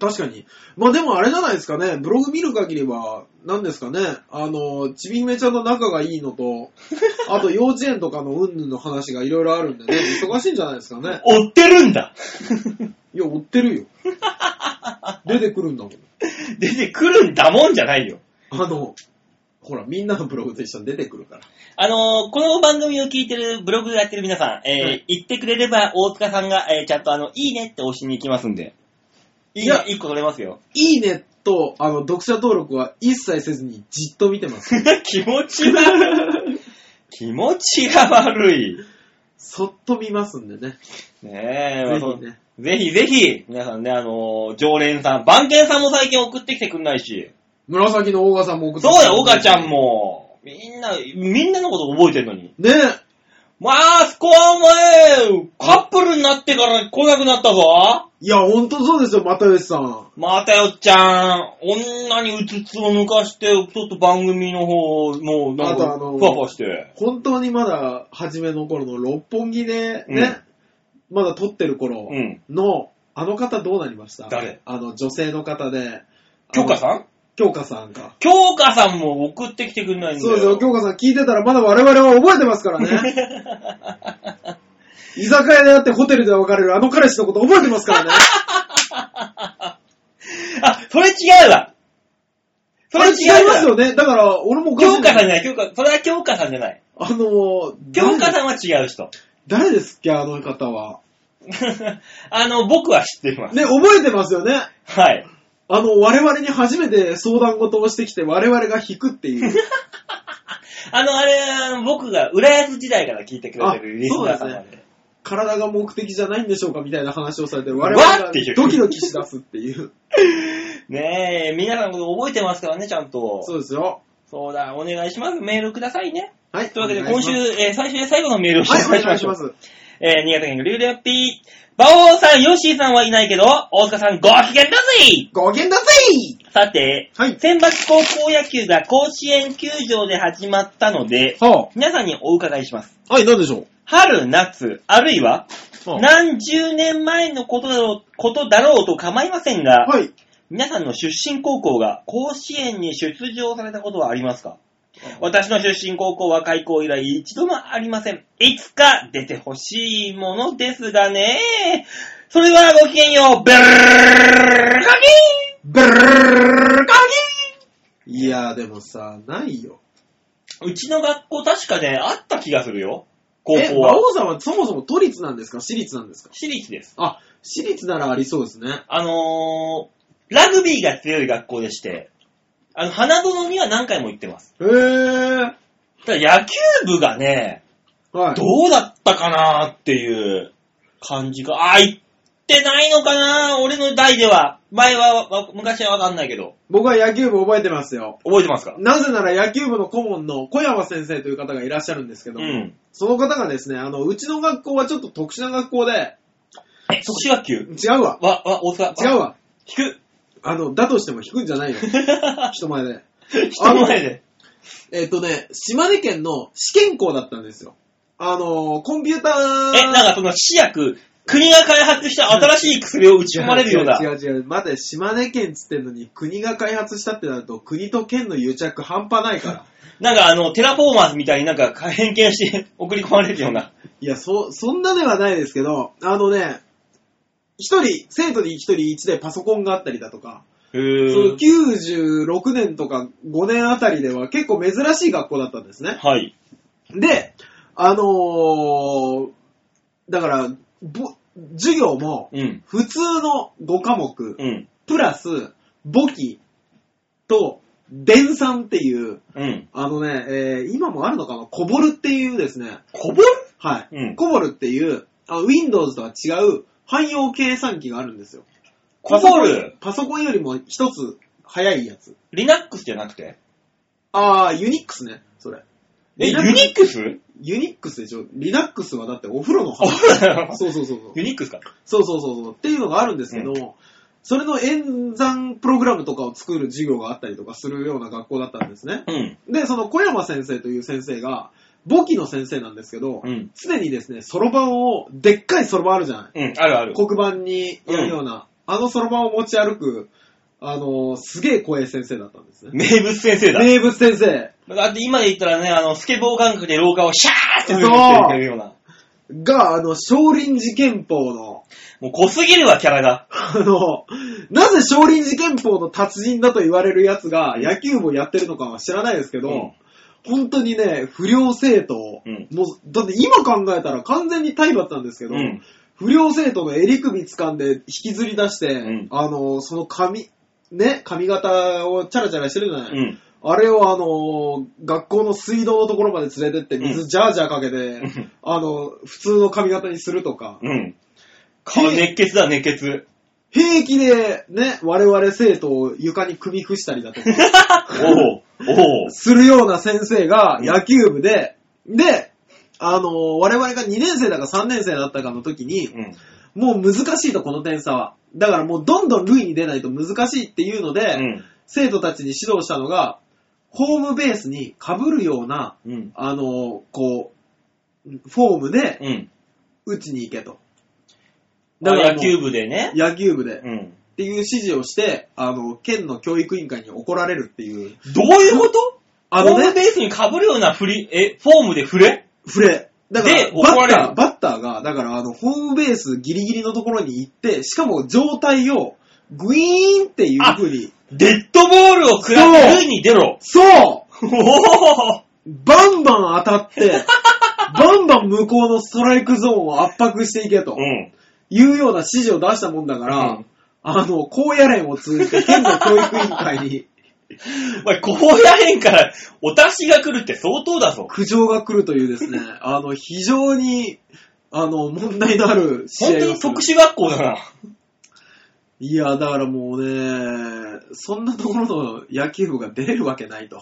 [SPEAKER 3] 確かに。まあでもあれじゃないですかね、ブログ見る限りは、何ですかね、あの、ちびめちゃんの仲がいいのと、あと幼稚園とかのうんぬんの話がいろいろあるんでね、忙しいんじゃないですかね。
[SPEAKER 2] 追ってるんだ
[SPEAKER 3] いや、追ってるよ。出てくるんだもん。
[SPEAKER 2] 出てくるんだもんじゃないよ。
[SPEAKER 3] あの、ほら、みんなのブログと一緒に出てくるから。
[SPEAKER 2] あのー、この番組を聞いてる、ブログやってる皆さん、えーはい、言ってくれれば、大塚さんが、えー、ちゃんとあの、いいねって押しに行きますんで。いいね、いっこ取れますよ。
[SPEAKER 3] いいねと、あの、読者登録は一切せずにじっと見てます。
[SPEAKER 2] 気持ち悪い。気持ちが悪い。
[SPEAKER 3] そっと見ますんでね。
[SPEAKER 2] ねえ、
[SPEAKER 3] ぜひね。
[SPEAKER 2] ぜひぜひ、皆さんね、あのー、常連さん、番犬さんも最近送ってきてくんないし。
[SPEAKER 3] 紫のオーガさんも送ってきてくんないし。
[SPEAKER 2] そうだよ、オーガちゃんも。みんな、みんなのこと覚えてんのに。
[SPEAKER 3] ねえ。
[SPEAKER 2] まあ、そこはお前、カップルになってから来なくなったぞ。
[SPEAKER 3] いや、ほんとそうですよ、又吉さん。
[SPEAKER 2] またよっちゃん、女にうつつを抜かして、ちょっと番組の方、もう、なんか、ふわふわして。
[SPEAKER 3] 本当にまだ、初めの頃の六本木でね、うん、まだ撮ってる頃の、うん、あの方どうなりました？
[SPEAKER 2] 誰？
[SPEAKER 3] あの、女性の方で。
[SPEAKER 2] 京香さん？
[SPEAKER 3] 京香さんか。
[SPEAKER 2] 京香さんも送ってきてくんないんだよ。
[SPEAKER 3] そうですよ、京香さん聞いてたらまだ我々は覚えてますからね。居酒屋であってホテルで別れるあの彼氏のこと覚えてますからね。
[SPEAKER 2] あ、それ違うわ。
[SPEAKER 3] それ違いますよね。だから、俺もおかしい。
[SPEAKER 2] 京香さんじゃない、京香、それは京香さんじゃない。
[SPEAKER 3] あのー、
[SPEAKER 2] 京香さんは違う人。
[SPEAKER 3] 誰ですっけ、あの方は。
[SPEAKER 2] あの、僕は知ってます。
[SPEAKER 3] ね、覚えてますよね。
[SPEAKER 2] はい。
[SPEAKER 3] あの、我々に初めて相談事をしてきて、我々が引くっていう。
[SPEAKER 2] あの、あれ、僕が浦安時代から聞いてくれてるリスナーさんなんで。ね、
[SPEAKER 3] 体が目的じゃないんでしょうかみたいな話をされてる我々がドキドキしだすっていう。
[SPEAKER 2] ねえ、皆さんのこと覚えてますからね、ちゃんと。
[SPEAKER 3] そうですよ。
[SPEAKER 2] そうだ、お願いします。メールくださいね。
[SPEAKER 3] はい。
[SPEAKER 2] というわけで、今週、えー、最初で最後のメールを紹介しましょう。はい、お願いします。えー、新潟県のリュウリュウピー。バオさん、ヨッシーさんはいないけど、大塚さんご機嫌だぜ
[SPEAKER 3] ご機嫌だぜ
[SPEAKER 2] さて、はい、選抜高校野球が甲子園球場で始まったので、はあ、皆さんにお伺いします。
[SPEAKER 3] はい、何でしょう。
[SPEAKER 2] 春、夏、あるいは、はあ、何十年前のことだろう、ことだろうと構いませんが、はい、皆さんの出身高校が甲子園に出場されたことはありますか？私の出身高校は開校以来一度もありません。いつか出てほしいものですがね。それはごきげんよう。ブルーカギ
[SPEAKER 3] ブルーカギいや、でもさ、ないよ。
[SPEAKER 2] うちの学校確かね、あった気がするよ。高校は。え、
[SPEAKER 3] 馬王さんはそもそも都立なんですか？私立なんですか？
[SPEAKER 2] 私立です。
[SPEAKER 3] あ、私立ならありそうですね。
[SPEAKER 2] あのー、ラグビーが強い学校でして、あの、花園には何回も行ってます。
[SPEAKER 3] へー。
[SPEAKER 2] ただ野球部がね、はい、どうだったかなーっていう感じが、あ、行ってないのかなー俺の代では。前は、昔はわかんないけど。
[SPEAKER 3] 僕は野球部覚えてますよ。
[SPEAKER 2] 覚えてますか？
[SPEAKER 3] なぜなら野球部の顧問の小山先生という方がいらっしゃるんですけども、うん、その方がですね、あの、うちの学校はちょっと特殊な学校で、
[SPEAKER 2] え、特殊学級？
[SPEAKER 3] 違うわ。
[SPEAKER 2] わ、わ、大塚。
[SPEAKER 3] 違うわ。
[SPEAKER 2] 引く。
[SPEAKER 3] あの、だとしても引くんじゃないよ。人前で。
[SPEAKER 2] 人前で。
[SPEAKER 3] えっ、ー、とね、島根県の試験校だったんですよ。あの、コンピューター...
[SPEAKER 2] え、なんかその試薬、国が開発した新しい薬を打ち込まれるような。
[SPEAKER 3] 違う違う違う。待て、島根県つってんのに国が開発したってなると国と県の癒着半端ないから。
[SPEAKER 2] なんかあの、テラフォーマーズみたいになんか変形して送り込まれるような。
[SPEAKER 3] いや、そ、そんなではないですけど、あのね、一人、生徒に一人一台パソコンがあったりだとか、
[SPEAKER 2] へー。
[SPEAKER 3] そのきゅうじゅうろくねんとかごねんあたりでは結構珍しい学校だったんですね。
[SPEAKER 2] はい。で、
[SPEAKER 3] あのー、だから、ぼ授業も、普通のごかもく、うん、プラス、簿記と、電算っていう、うん、あのね、えー、今もあるのかな、コボルっていうですね。
[SPEAKER 2] コボル？
[SPEAKER 3] はい。うん、コボルっていう、あ、Windows とは違う汎用計算機があるんですよ。
[SPEAKER 2] コボル？
[SPEAKER 3] パソコンよりも一つ早いやつ。
[SPEAKER 2] Linux じゃなくて？
[SPEAKER 3] あー、Unix ね、それ。
[SPEAKER 2] え、Unix？
[SPEAKER 3] ユニックスでしょ？リナックスはだってお風呂の話。そうそうそうそう。
[SPEAKER 2] ユニックスか？
[SPEAKER 3] そうそうそうそう。っていうのがあるんですけど、うん、それの演算プログラムとかを作る授業があったりとかするような学校だったんですね。うん、で、その小山先生という先生が、簿記の先生なんですけど、うん、常にですね、そろばんを、でっかいそろばんあるじゃない？
[SPEAKER 2] うん、あるある。
[SPEAKER 3] 黒板にやるような、 あのそろばんを持ち歩く、あの、すげえ怖い先生だったんですね。
[SPEAKER 2] 名物先生だ。
[SPEAKER 3] 名物先生。
[SPEAKER 2] だって今で言ったらね、あの、スケボー感覚で廊下をシャーって滑ってくれるような。
[SPEAKER 3] が、あの、少林寺拳法の、
[SPEAKER 2] もう濃すぎるわ、キャラが。
[SPEAKER 3] あの、なぜ少林寺拳法の達人だと言われるやつが野球部をやってるのかは知らないですけど、うん、本当にね、不良生徒、うん、もう、だって今考えたら完全に体罰なんですけど、うん、不良生徒の襟首掴んで引きずり出して、うん、あの、その髪、ね、髪型をチャラチャラしてるじゃない、うん、あれをあの、学校の水道のところまで連れてって水ジャージャーかけて、うん、あの、普通の髪型にするとか。
[SPEAKER 2] うん。熱血だ、熱血。
[SPEAKER 3] 平気で、ね、我々生徒を床に組み伏したりだとか。
[SPEAKER 2] おうおう
[SPEAKER 3] するような先生が野球部で、うん、で、あの、我々がにねん生だかさんねん生だったかの時に、うん、もう難しいと、この点差は。だからもうどんどん塁に出ないと難しいっていうので、うん、生徒たちに指導したのが、ホームベースに被るような、うん、あの、こう、フォームで、打ちに行けと。
[SPEAKER 2] だから野球部でね。
[SPEAKER 3] 野球部で。うん。っていう指示をして、あの、県の教育委員会に怒られるっていう。
[SPEAKER 2] どういうこと？あのね、ホームベースに被るような振り、え、フォームで振れ？
[SPEAKER 3] 振れ。だから、バッター、バッターが、だから、あの、ホームベースギリギリのところに行って、しかも状態を、グイーンっていう風に。
[SPEAKER 2] デッドボールを食らって塁に出ろ。
[SPEAKER 3] そうバンバン当たって、バンバン向こうのストライクゾーンを圧迫していけと。うん。いうような指示を出したもんだから、うん、あの、高野連を通じて県の教育委員会に。
[SPEAKER 2] お前、高野連からお達しが来るって相当だぞ。
[SPEAKER 3] 苦情が来るというですね、あの、非常に、あの、問題のある試合が。
[SPEAKER 2] 本当に特殊学校だな。
[SPEAKER 3] いや、だからもうね、そんなところの野球部が出れるわけないと。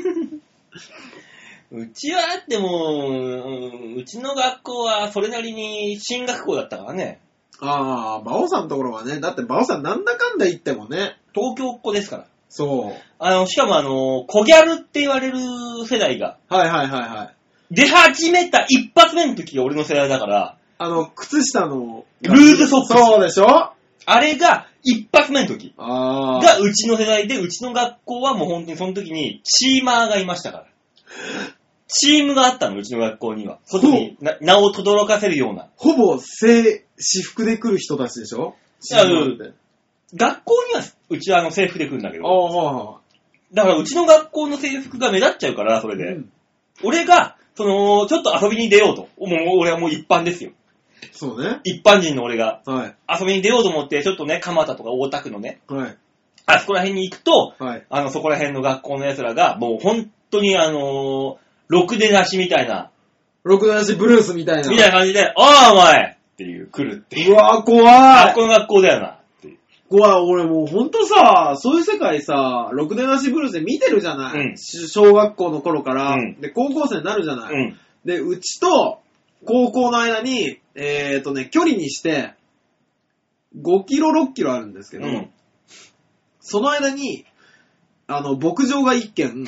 [SPEAKER 2] うちはだってもう、うちの学校はそれなりに進学校だったからね。
[SPEAKER 3] ああ、バオさんのところはね、だってバオさんなんだかんだ言ってもね。
[SPEAKER 2] 東京っ子ですから。
[SPEAKER 3] そう。
[SPEAKER 2] あの、しかもあの、小ギャルって言われる世代が。
[SPEAKER 3] はいはいはいはい。
[SPEAKER 2] 出始めた一発目の時が俺の世代だから。
[SPEAKER 3] あの、靴下の。
[SPEAKER 2] ルーズソックス。
[SPEAKER 3] そうでしょ？
[SPEAKER 2] あれが一発目の時。ああ。がうちの世代で、うちの学校はもう本当にその時にチーマーがいましたから。チームがあったの、うちの学校には。外に名を轟かせるような。
[SPEAKER 3] ほぼ制、私服で来る人たちでしょ？
[SPEAKER 2] いや、学校には、うちはあの制服で来るんだけど。ああ。だからうちの学校の制服が目立っちゃうから、それで。うん、俺が、その、ちょっと遊びに出ようと。もう俺はもう一般ですよ。
[SPEAKER 3] そうね。
[SPEAKER 2] 一般人の俺が。
[SPEAKER 3] はい。
[SPEAKER 2] 遊びに出ようと思って、ちょっとね、蒲田とか大田区のね。
[SPEAKER 3] はい。
[SPEAKER 2] あそこら辺に行くと、はい。あの、そこら辺の学校の奴らが、もう本当にあのー、ろくでなしみたいな。
[SPEAKER 3] ろくでなしブルースみたいな。
[SPEAKER 2] みたいな感じで、ああ、お前っていう、来るっていう。
[SPEAKER 3] うわ、怖い。
[SPEAKER 2] あそこの学校だよな。っていう。
[SPEAKER 3] 怖い、俺もうほんとさ、そういう世界さ、ろくでなしブルースで見てるじゃない。うん、小学校の頃から、うん、で、高校生になるじゃない。うん、で、うちと高校の間に、えーとね、距離にして、ごキロ、ろっキロあるんですけど、うん、その間に、あの、牧場が一軒、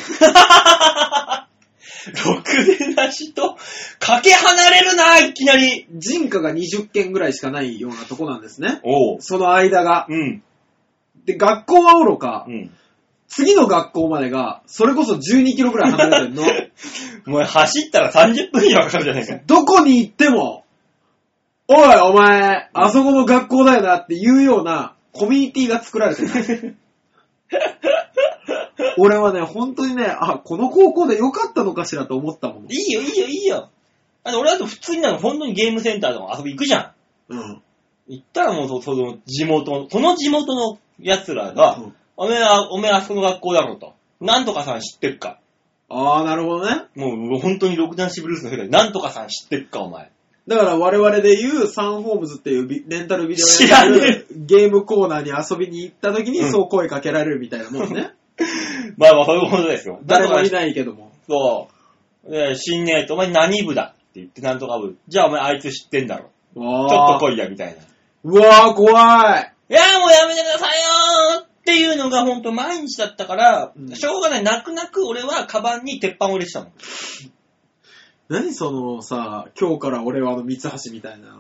[SPEAKER 2] ろくでなしと、かけ離れるな、いきなり。
[SPEAKER 3] 人家がにじゅっけんぐらいしかないようなとこなんですね。
[SPEAKER 2] おう。
[SPEAKER 3] その間が。
[SPEAKER 2] うん。
[SPEAKER 3] で、学校はおろか、うん、次の学校までが、それこそじゅうにキロぐらい離れてるの。
[SPEAKER 2] もう走ったらさんじゅっぷん以上かかるじゃないか。
[SPEAKER 3] どこに行っても、おい、お前、あそこの学校だよなっていうようなコミュニティが作られてる。俺はね、本当にね、あ、この高校で良かったのかしらと思ったもん。
[SPEAKER 2] いいよ、いいよ、いいよ。あの俺だと普通になんか本当にゲームセンターとか遊び行くじゃん。うん。行ったらもうそ、その地元、その地元の奴らが、うん、おめえは、おめえあそこの学校だろうと。なんとかさん知ってっか。
[SPEAKER 3] あー、なるほどね。
[SPEAKER 2] もう本当にろくでなしブルースの世界で、なんとかさん知ってっか、お前。
[SPEAKER 3] だから我々で言うサンホームズっていうレンタルビデオやるゲームコーナーに遊びに行った時にそう声かけられるみたいなもんね。
[SPEAKER 2] まあまあそういうことですよ。
[SPEAKER 3] 誰もいないけども。
[SPEAKER 2] そう。で、新年とお前何部だって言ってなんとか部。じゃあお前あいつ知ってんだろ。ちょっと来いやみたいな。
[SPEAKER 3] うわー怖い。
[SPEAKER 2] いやーもうやめてくださいよーっていうのがほんと毎日だったから、うん、しょうがない。泣く泣く俺はカバンに鉄板を入れてたもん。
[SPEAKER 3] 何そのさ、今日から俺はあの三橋みたいな。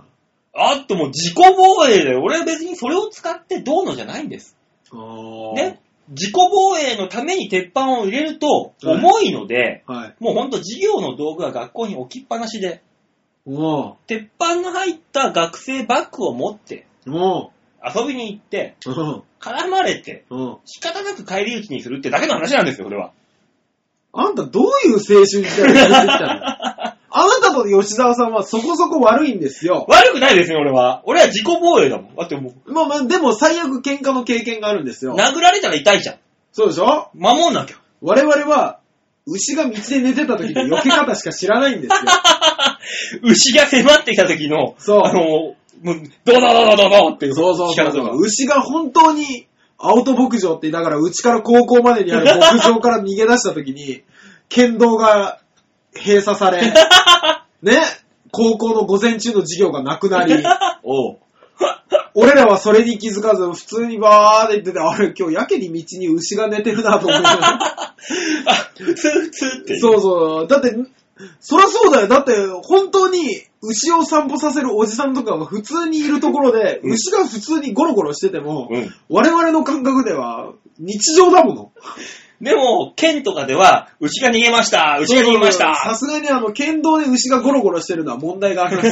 [SPEAKER 2] あともう自己防衛で、俺は別にそれを使ってどうのじゃないんです。ね。自己防衛のために鉄板を入れると重いので、はいはい、もうほんと授業の道具は学校に置きっぱなしで、鉄板の入った学生バッグを持って、遊びに行って、絡まれて、仕方なく帰り討ちにするってだけの話なんですよ、これは。
[SPEAKER 3] あんたどういう青春時代をやってきたのあなたと吉沢さんはそこそこ悪いんですよ。
[SPEAKER 2] 悪くないですよ、俺は。俺は自己防衛だもん。だってもう。
[SPEAKER 3] まあまあ、でも最悪喧嘩の経験があるんですよ。
[SPEAKER 2] 殴られたら痛いじゃん。
[SPEAKER 3] そうでしょ？
[SPEAKER 2] 守んなきゃ。
[SPEAKER 3] 我々は、牛が道で寝てた時の避け方しか知らないんですよ。
[SPEAKER 2] 牛が迫ってきた時の、そう。あの、もう、ドドドドドドっていう。
[SPEAKER 3] そうそうそうそう。牛が本当に、青戸牧場って言いながら、うちから高校までにある牧場から逃げ出した時に、剣道が閉鎖され、ね、高校の午前中の授業がなくなり、おう俺らはそれに気づかず、普通にバーって言ってて、あれ今日やけに道に牛が寝てるなと思って。あ、
[SPEAKER 2] 普通普通って。
[SPEAKER 3] そうそう。だって、そらそうだよ。だって、本当に牛を散歩させるおじさんとかが普通にいるところで、うん、牛が普通にゴロゴロしてても、うん、我々の感覚では日常だもの。
[SPEAKER 2] でも、県とかでは、牛が逃げました、牛が逃げました。
[SPEAKER 3] さすがにあの、県道で牛がゴロゴロしてるのは問題があります。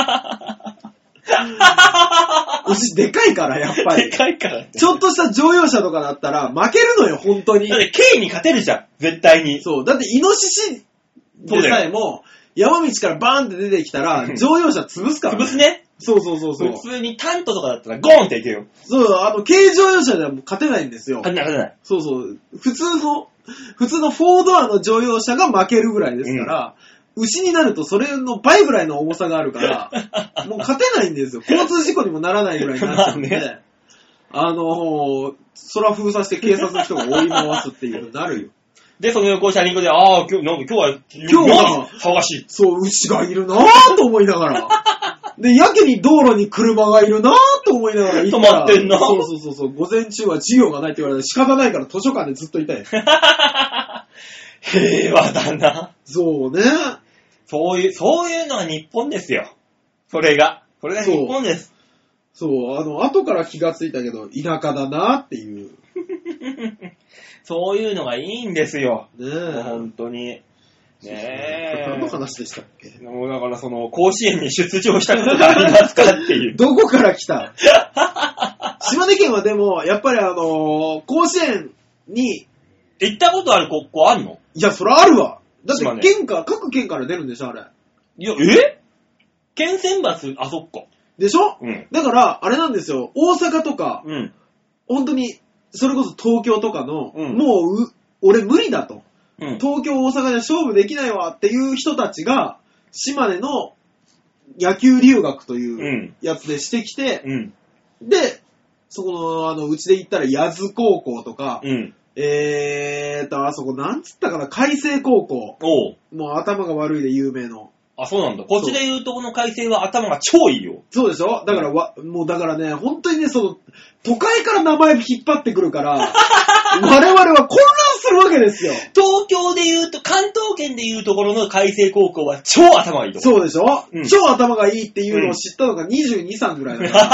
[SPEAKER 3] 牛でかいから、やっぱり。
[SPEAKER 2] でかいから。
[SPEAKER 3] ちょっとした乗用車とかだったら負けるのよ、本当に。
[SPEAKER 2] だって、K に勝てるじゃん、絶対に。
[SPEAKER 3] そう。だって、イノシシでさえも、山道からバーンって出てきたら、乗用車潰すから、
[SPEAKER 2] ね。潰すね。
[SPEAKER 3] そうそうそうそう。
[SPEAKER 2] 普通にタントとかだったらゴーンっていけよ。
[SPEAKER 3] そう、あの、軽乗用車ではもう勝てないんですよ。
[SPEAKER 2] 勝てない、勝てない。
[SPEAKER 3] そうそう。普通の、普通のフォードアの乗用車が負けるぐらいですから、うん、牛になるとそれの倍ぐらいの重さがあるから、もう勝てないんですよ。交通事故にもならないぐらいになっちゃうんで、ね、あの、空封鎖して警察の人が追い回すっていうのになるよ。
[SPEAKER 2] で、その横車輪で、ああ、今日、なんか今日は、
[SPEAKER 3] 今日は、
[SPEAKER 2] 騒がしい。
[SPEAKER 3] そう、牛がいるなぁと思いながら。で、やけに道路に車がいるなぁと思いながら行ったら。
[SPEAKER 2] 止まってんな。
[SPEAKER 3] そうそうそうそう。午前中は授業がないって言われて仕方ないから図書館でずっといたい。
[SPEAKER 2] 平和だな。
[SPEAKER 3] そうね。
[SPEAKER 2] そういう、そういうのが日本ですよ。それが。それが日本です。
[SPEAKER 3] そう、そうあの、後から気がついたけど、田舎だなっていう。
[SPEAKER 2] そういうのがいいんですよ。
[SPEAKER 3] ねえ。
[SPEAKER 2] 本当に。ねえ。
[SPEAKER 3] 何の話でしたっけ？
[SPEAKER 2] もうだからその、甲子園に出場したことがありますかっていう。
[SPEAKER 3] どこから来た島根県はでも、やっぱりあのー、甲子園に。
[SPEAKER 2] 行ったことある高校あんの？
[SPEAKER 3] いや、それあるわ。だって県か、各県から出るんでしょ、あれ。
[SPEAKER 2] いや、え？県選抜、あ、そっか。
[SPEAKER 3] でしょ？
[SPEAKER 2] うん。
[SPEAKER 3] だから、あれなんですよ、大阪とか、
[SPEAKER 2] うん。
[SPEAKER 3] 本当に、それこそ東京とかの、うん、もうう、俺無理だと、うん。東京、大阪で勝負できないわっていう人たちが、島根の野球留学というやつでしてきて、うん、で、そこの、あの、うちで言ったら、八津高校とか、うん、えーと、あそこ、なんつったかな、海星高校。
[SPEAKER 2] おう。
[SPEAKER 3] もう頭が悪いで有名の。
[SPEAKER 2] あ、そうなんだ。こっちで言うとこの海星は頭が超いいよ。
[SPEAKER 3] そうでしょ？だからわ、もうだからね、本当にね、その、都会から名前引っ張ってくるから、我々は混乱するわけですよ。
[SPEAKER 2] 東京で言うと、関東圏で言うところの海星高校は超頭がいいと。
[SPEAKER 3] そうでしょ、うん、超頭がいいっていうのを知ったのがにじゅうに、さんぐらいだから。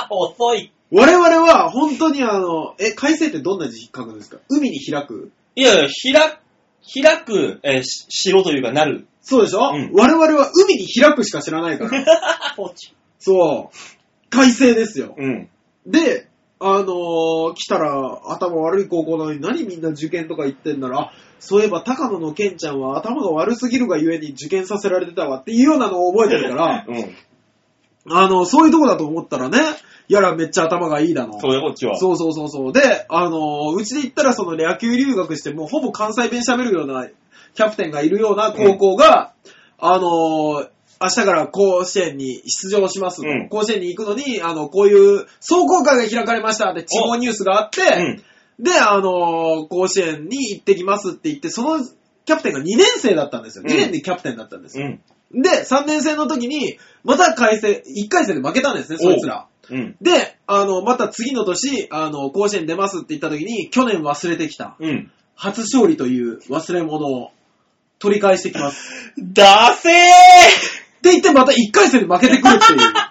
[SPEAKER 2] 遅い。
[SPEAKER 3] 我々は本当にあの、え、海星ってどんな字書くんですか？海に開く？
[SPEAKER 2] いやいや、開、開く、えー、城というかなる。
[SPEAKER 3] そうでしょ、うん、我々は海に開くしか知らないから。そう。海星ですよ。
[SPEAKER 2] うん。
[SPEAKER 3] で、あのー、来たら頭悪い高校なのに何みんな受験とか言ってんなら、あ、そういえば高野のケンちゃんは頭が悪すぎるがゆえに受験させられてたわっていうようなのを覚えてるから、うん、あの、そういうとこだと思ったらね、やらめっちゃ頭がいいだの。
[SPEAKER 2] そうだよ、こっちは。
[SPEAKER 3] そうそうそうそう。で、あのー、うちで言ったらその野球留学してもうほぼ関西弁喋るようなキャプテンがいるような高校が、うん、あのー、明日から甲子園に出場します、うん。甲子園に行くのに、あの、こういう壮行会が開かれましたって地方ニュースがあって、うん、で、あのー、甲子園に行ってきますって言って、そのキャプテンがにねん生だったんですよ。にねんでキャプテンだったんですよ。うん、で、さんねん生の時に、また改正、いっかい戦で負けたんですね、そいつら。うん、で、あの、また次の年、あの、甲子園出ますって言った時に、去年忘れてきた。うん、初勝利という忘れ物を取り返してきます。
[SPEAKER 2] だせー
[SPEAKER 3] って言ってまたいっかい戦で負けてくるっていう。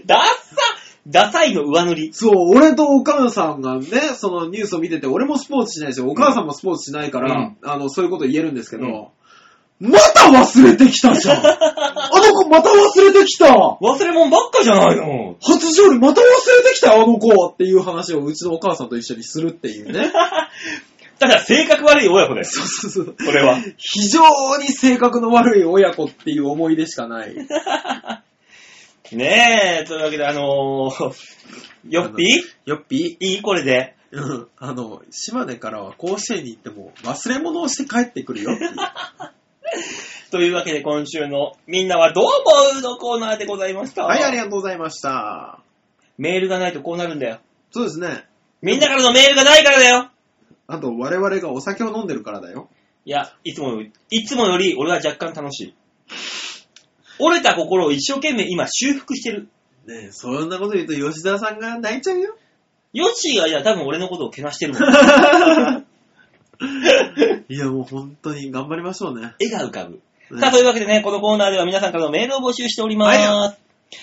[SPEAKER 2] ダッサダサいの上塗り。
[SPEAKER 3] そう、俺とお母さんがね、そのニュースを見てて、俺もスポーツしないし、お母さんもスポーツしないから、うん、あの、そういうこと言えるんですけど、うんまた忘れてきたじゃんあの子また忘れてきた
[SPEAKER 2] 忘れ物ばっかじゃないの
[SPEAKER 3] 初勝利また忘れてきたよあの子っていう話をうちのお母さんと一緒にするっていうね。
[SPEAKER 2] ただ性格悪い親子だよ。
[SPEAKER 3] そうそうそう。
[SPEAKER 2] それは。
[SPEAKER 3] 非常に性格の悪い親子っていう思い出しかない。
[SPEAKER 2] ねえ、というわけであのー、よっぴー
[SPEAKER 3] よっぴ
[SPEAKER 2] ーいいこれで。
[SPEAKER 3] うん。あの、島根からは甲子園に行っても忘れ物をして帰ってくるよっていう。
[SPEAKER 2] というわけで今週のみんなはどう思うのコーナーでございました。
[SPEAKER 3] はい、ありがとうございました。
[SPEAKER 2] メールがないとこうなるんだよ。
[SPEAKER 3] そうですね。
[SPEAKER 2] みんなからのメールがないからだよ。
[SPEAKER 3] あと我々がお酒を飲んでるからだよ。
[SPEAKER 2] いや、いつもより、いつもより俺は若干楽しい。折れた心を一生懸命今修復してる。
[SPEAKER 3] ねえ、そんなこと言うと吉田さんが泣いちゃうよ。
[SPEAKER 2] ヨッシーがいや多分俺のことをけなしてるもん。
[SPEAKER 3] いやもう本当に頑張りましょうね。
[SPEAKER 2] 絵が浮かぶ。ね、さあというわけでね、このコーナーでは皆さんからのメールを募集しております。はい、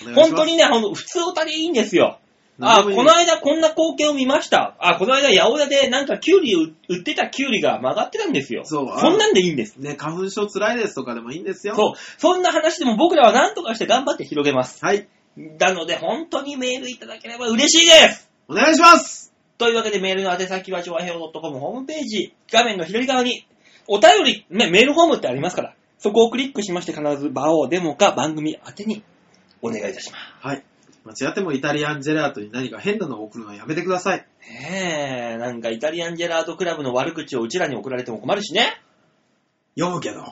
[SPEAKER 2] 本当にね、ほんと普通おたりいいんですよ。あ、この間こんな光景を見ました。あ、この間八百屋でなんかキュウリを売ってたキュウリが曲がってたんですよ。そう。そんなんでいいんです。
[SPEAKER 3] ね、花粉症つらいですとかでもいいんですよ。
[SPEAKER 2] そう。そんな話でも僕らは何とかして頑張って広げます。
[SPEAKER 3] はい。
[SPEAKER 2] なので本当にメールいただければ嬉しいです。
[SPEAKER 3] お願いします。
[SPEAKER 2] というわけでメールの宛先はちょわへお .com ホームページ、画面の左側にお便り、ね、メールフォームってありますから、そこをクリックしまして必ず場をデモか番組宛てにお願いいたします。
[SPEAKER 3] はい。間違ってもイタリアンジェラートに何か変なのを送るのはやめてください。
[SPEAKER 2] ねえ、なんかイタリアンジェラートクラブの悪口をうちらに送られても困るしね。
[SPEAKER 3] 読むけど。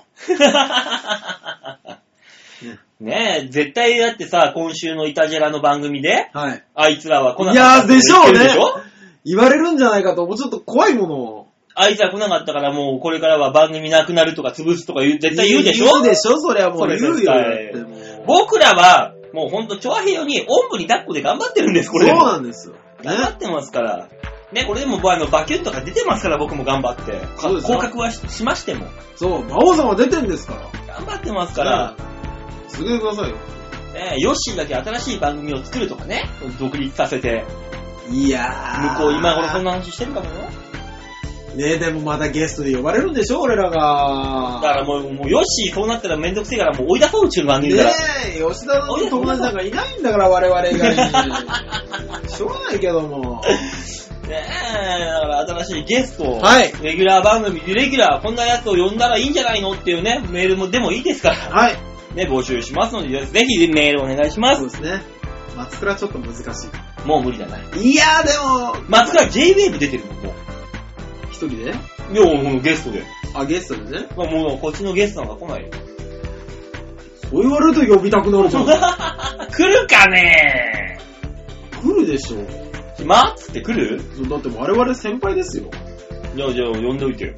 [SPEAKER 2] ね, ねえ、絶対だってさ、今週のイタジェラの番組で、
[SPEAKER 3] はい。
[SPEAKER 2] あいつらは来なかったって
[SPEAKER 3] 言ってるでしょ。いやーでしょうね。言われるんじゃないかと、もうちょっと怖いものを。
[SPEAKER 2] あいつら来なかったからもうこれからは番組なくなるとか潰すとか言う、絶対言うでしょ。
[SPEAKER 3] 言うでしょ、そりゃもう言うよ。
[SPEAKER 2] 僕らは、もうほんと、チョアヘヨにおんぶに抱っこで頑張ってるんです、これ。
[SPEAKER 3] そうなんですよ。
[SPEAKER 2] 頑張ってますから。ね、これでもあのバキュッとか出てますから、僕も頑張って。降格は し, しましても。
[SPEAKER 3] そう、魔王さんは出てんですから。
[SPEAKER 2] 頑張ってますから。
[SPEAKER 3] 続けてくださいよ。
[SPEAKER 2] ね、ヨッシーだけ新しい番組を作るとかね、独立させて。
[SPEAKER 3] いや
[SPEAKER 2] ー。向こう今頃そんな話してるかもよ。
[SPEAKER 3] ねえ、でもまたゲストで呼ばれるんでしょ、俺らが。
[SPEAKER 2] だからもう、もうヨッシーそうなったらめんどくせえからもう追い出そう、うちの番組から。
[SPEAKER 3] ねえ、吉田の友達なんかいないんだから、我々以外に。しょうがないけども。
[SPEAKER 2] ねえ、だから新しいゲスト、
[SPEAKER 3] はい、
[SPEAKER 2] レギュラー番組、レギュラー、こんなやつを呼んだらいいんじゃないのっていうね、メールもでもいいですから。
[SPEAKER 3] はい。
[SPEAKER 2] ね、募集しますので、ぜひメールお願いします。
[SPEAKER 3] そうですね。松倉ちょっと難し
[SPEAKER 2] い。もう無理じゃない。
[SPEAKER 3] いやーでも、
[SPEAKER 2] 松倉 ジェイウェーブ 出てるもん、もう。
[SPEAKER 3] 一人で？いや、
[SPEAKER 2] もうゲストで。
[SPEAKER 3] あ、ゲストでね。
[SPEAKER 2] まあもうこっちのゲストなんか来ないよ。
[SPEAKER 3] そう言われると呼びたくなるじゃん。
[SPEAKER 2] 来るかね
[SPEAKER 3] ー来るでしょ。
[SPEAKER 2] 暇っつって来る？
[SPEAKER 3] だって我々先輩ですよ。
[SPEAKER 2] じゃあじゃあ呼んでおいてよ。ね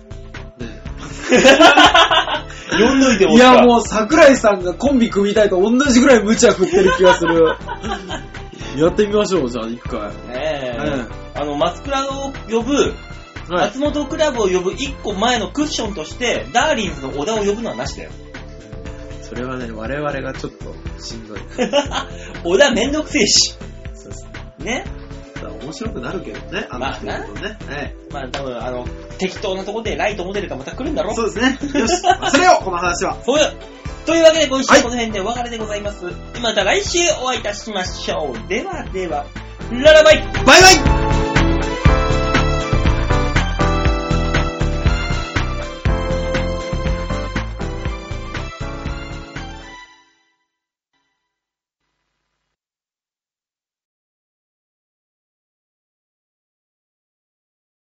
[SPEAKER 2] 呼んどいても
[SPEAKER 3] いやもう桜井さんがコンビ組みたいと同じぐらい無茶振ってる気がする。やってみましょう、じゃあ一回。
[SPEAKER 2] ねえ。ねあの、松倉を呼ぶ、はい、松本クラブを呼ぶ一個前のクッションとして、ダーリンズの小田を呼ぶのはなしだよ。
[SPEAKER 3] それはね、我々がちょっとしんどい。
[SPEAKER 2] 小田めんどくせえし。
[SPEAKER 3] そうです
[SPEAKER 2] ね。ね。
[SPEAKER 3] 面白くなるけどね、あの人のことね。
[SPEAKER 2] まあ、はい、まあ多分、あの、適当なとこでライトモデルがまた来るんだろう。
[SPEAKER 3] そうですね。よし、忘れよう、この話は。
[SPEAKER 2] そうよ。というわけで今週この辺でお別れでございます。はい、また来週お会いいたしましょう。ではでは、ララバイバイバイ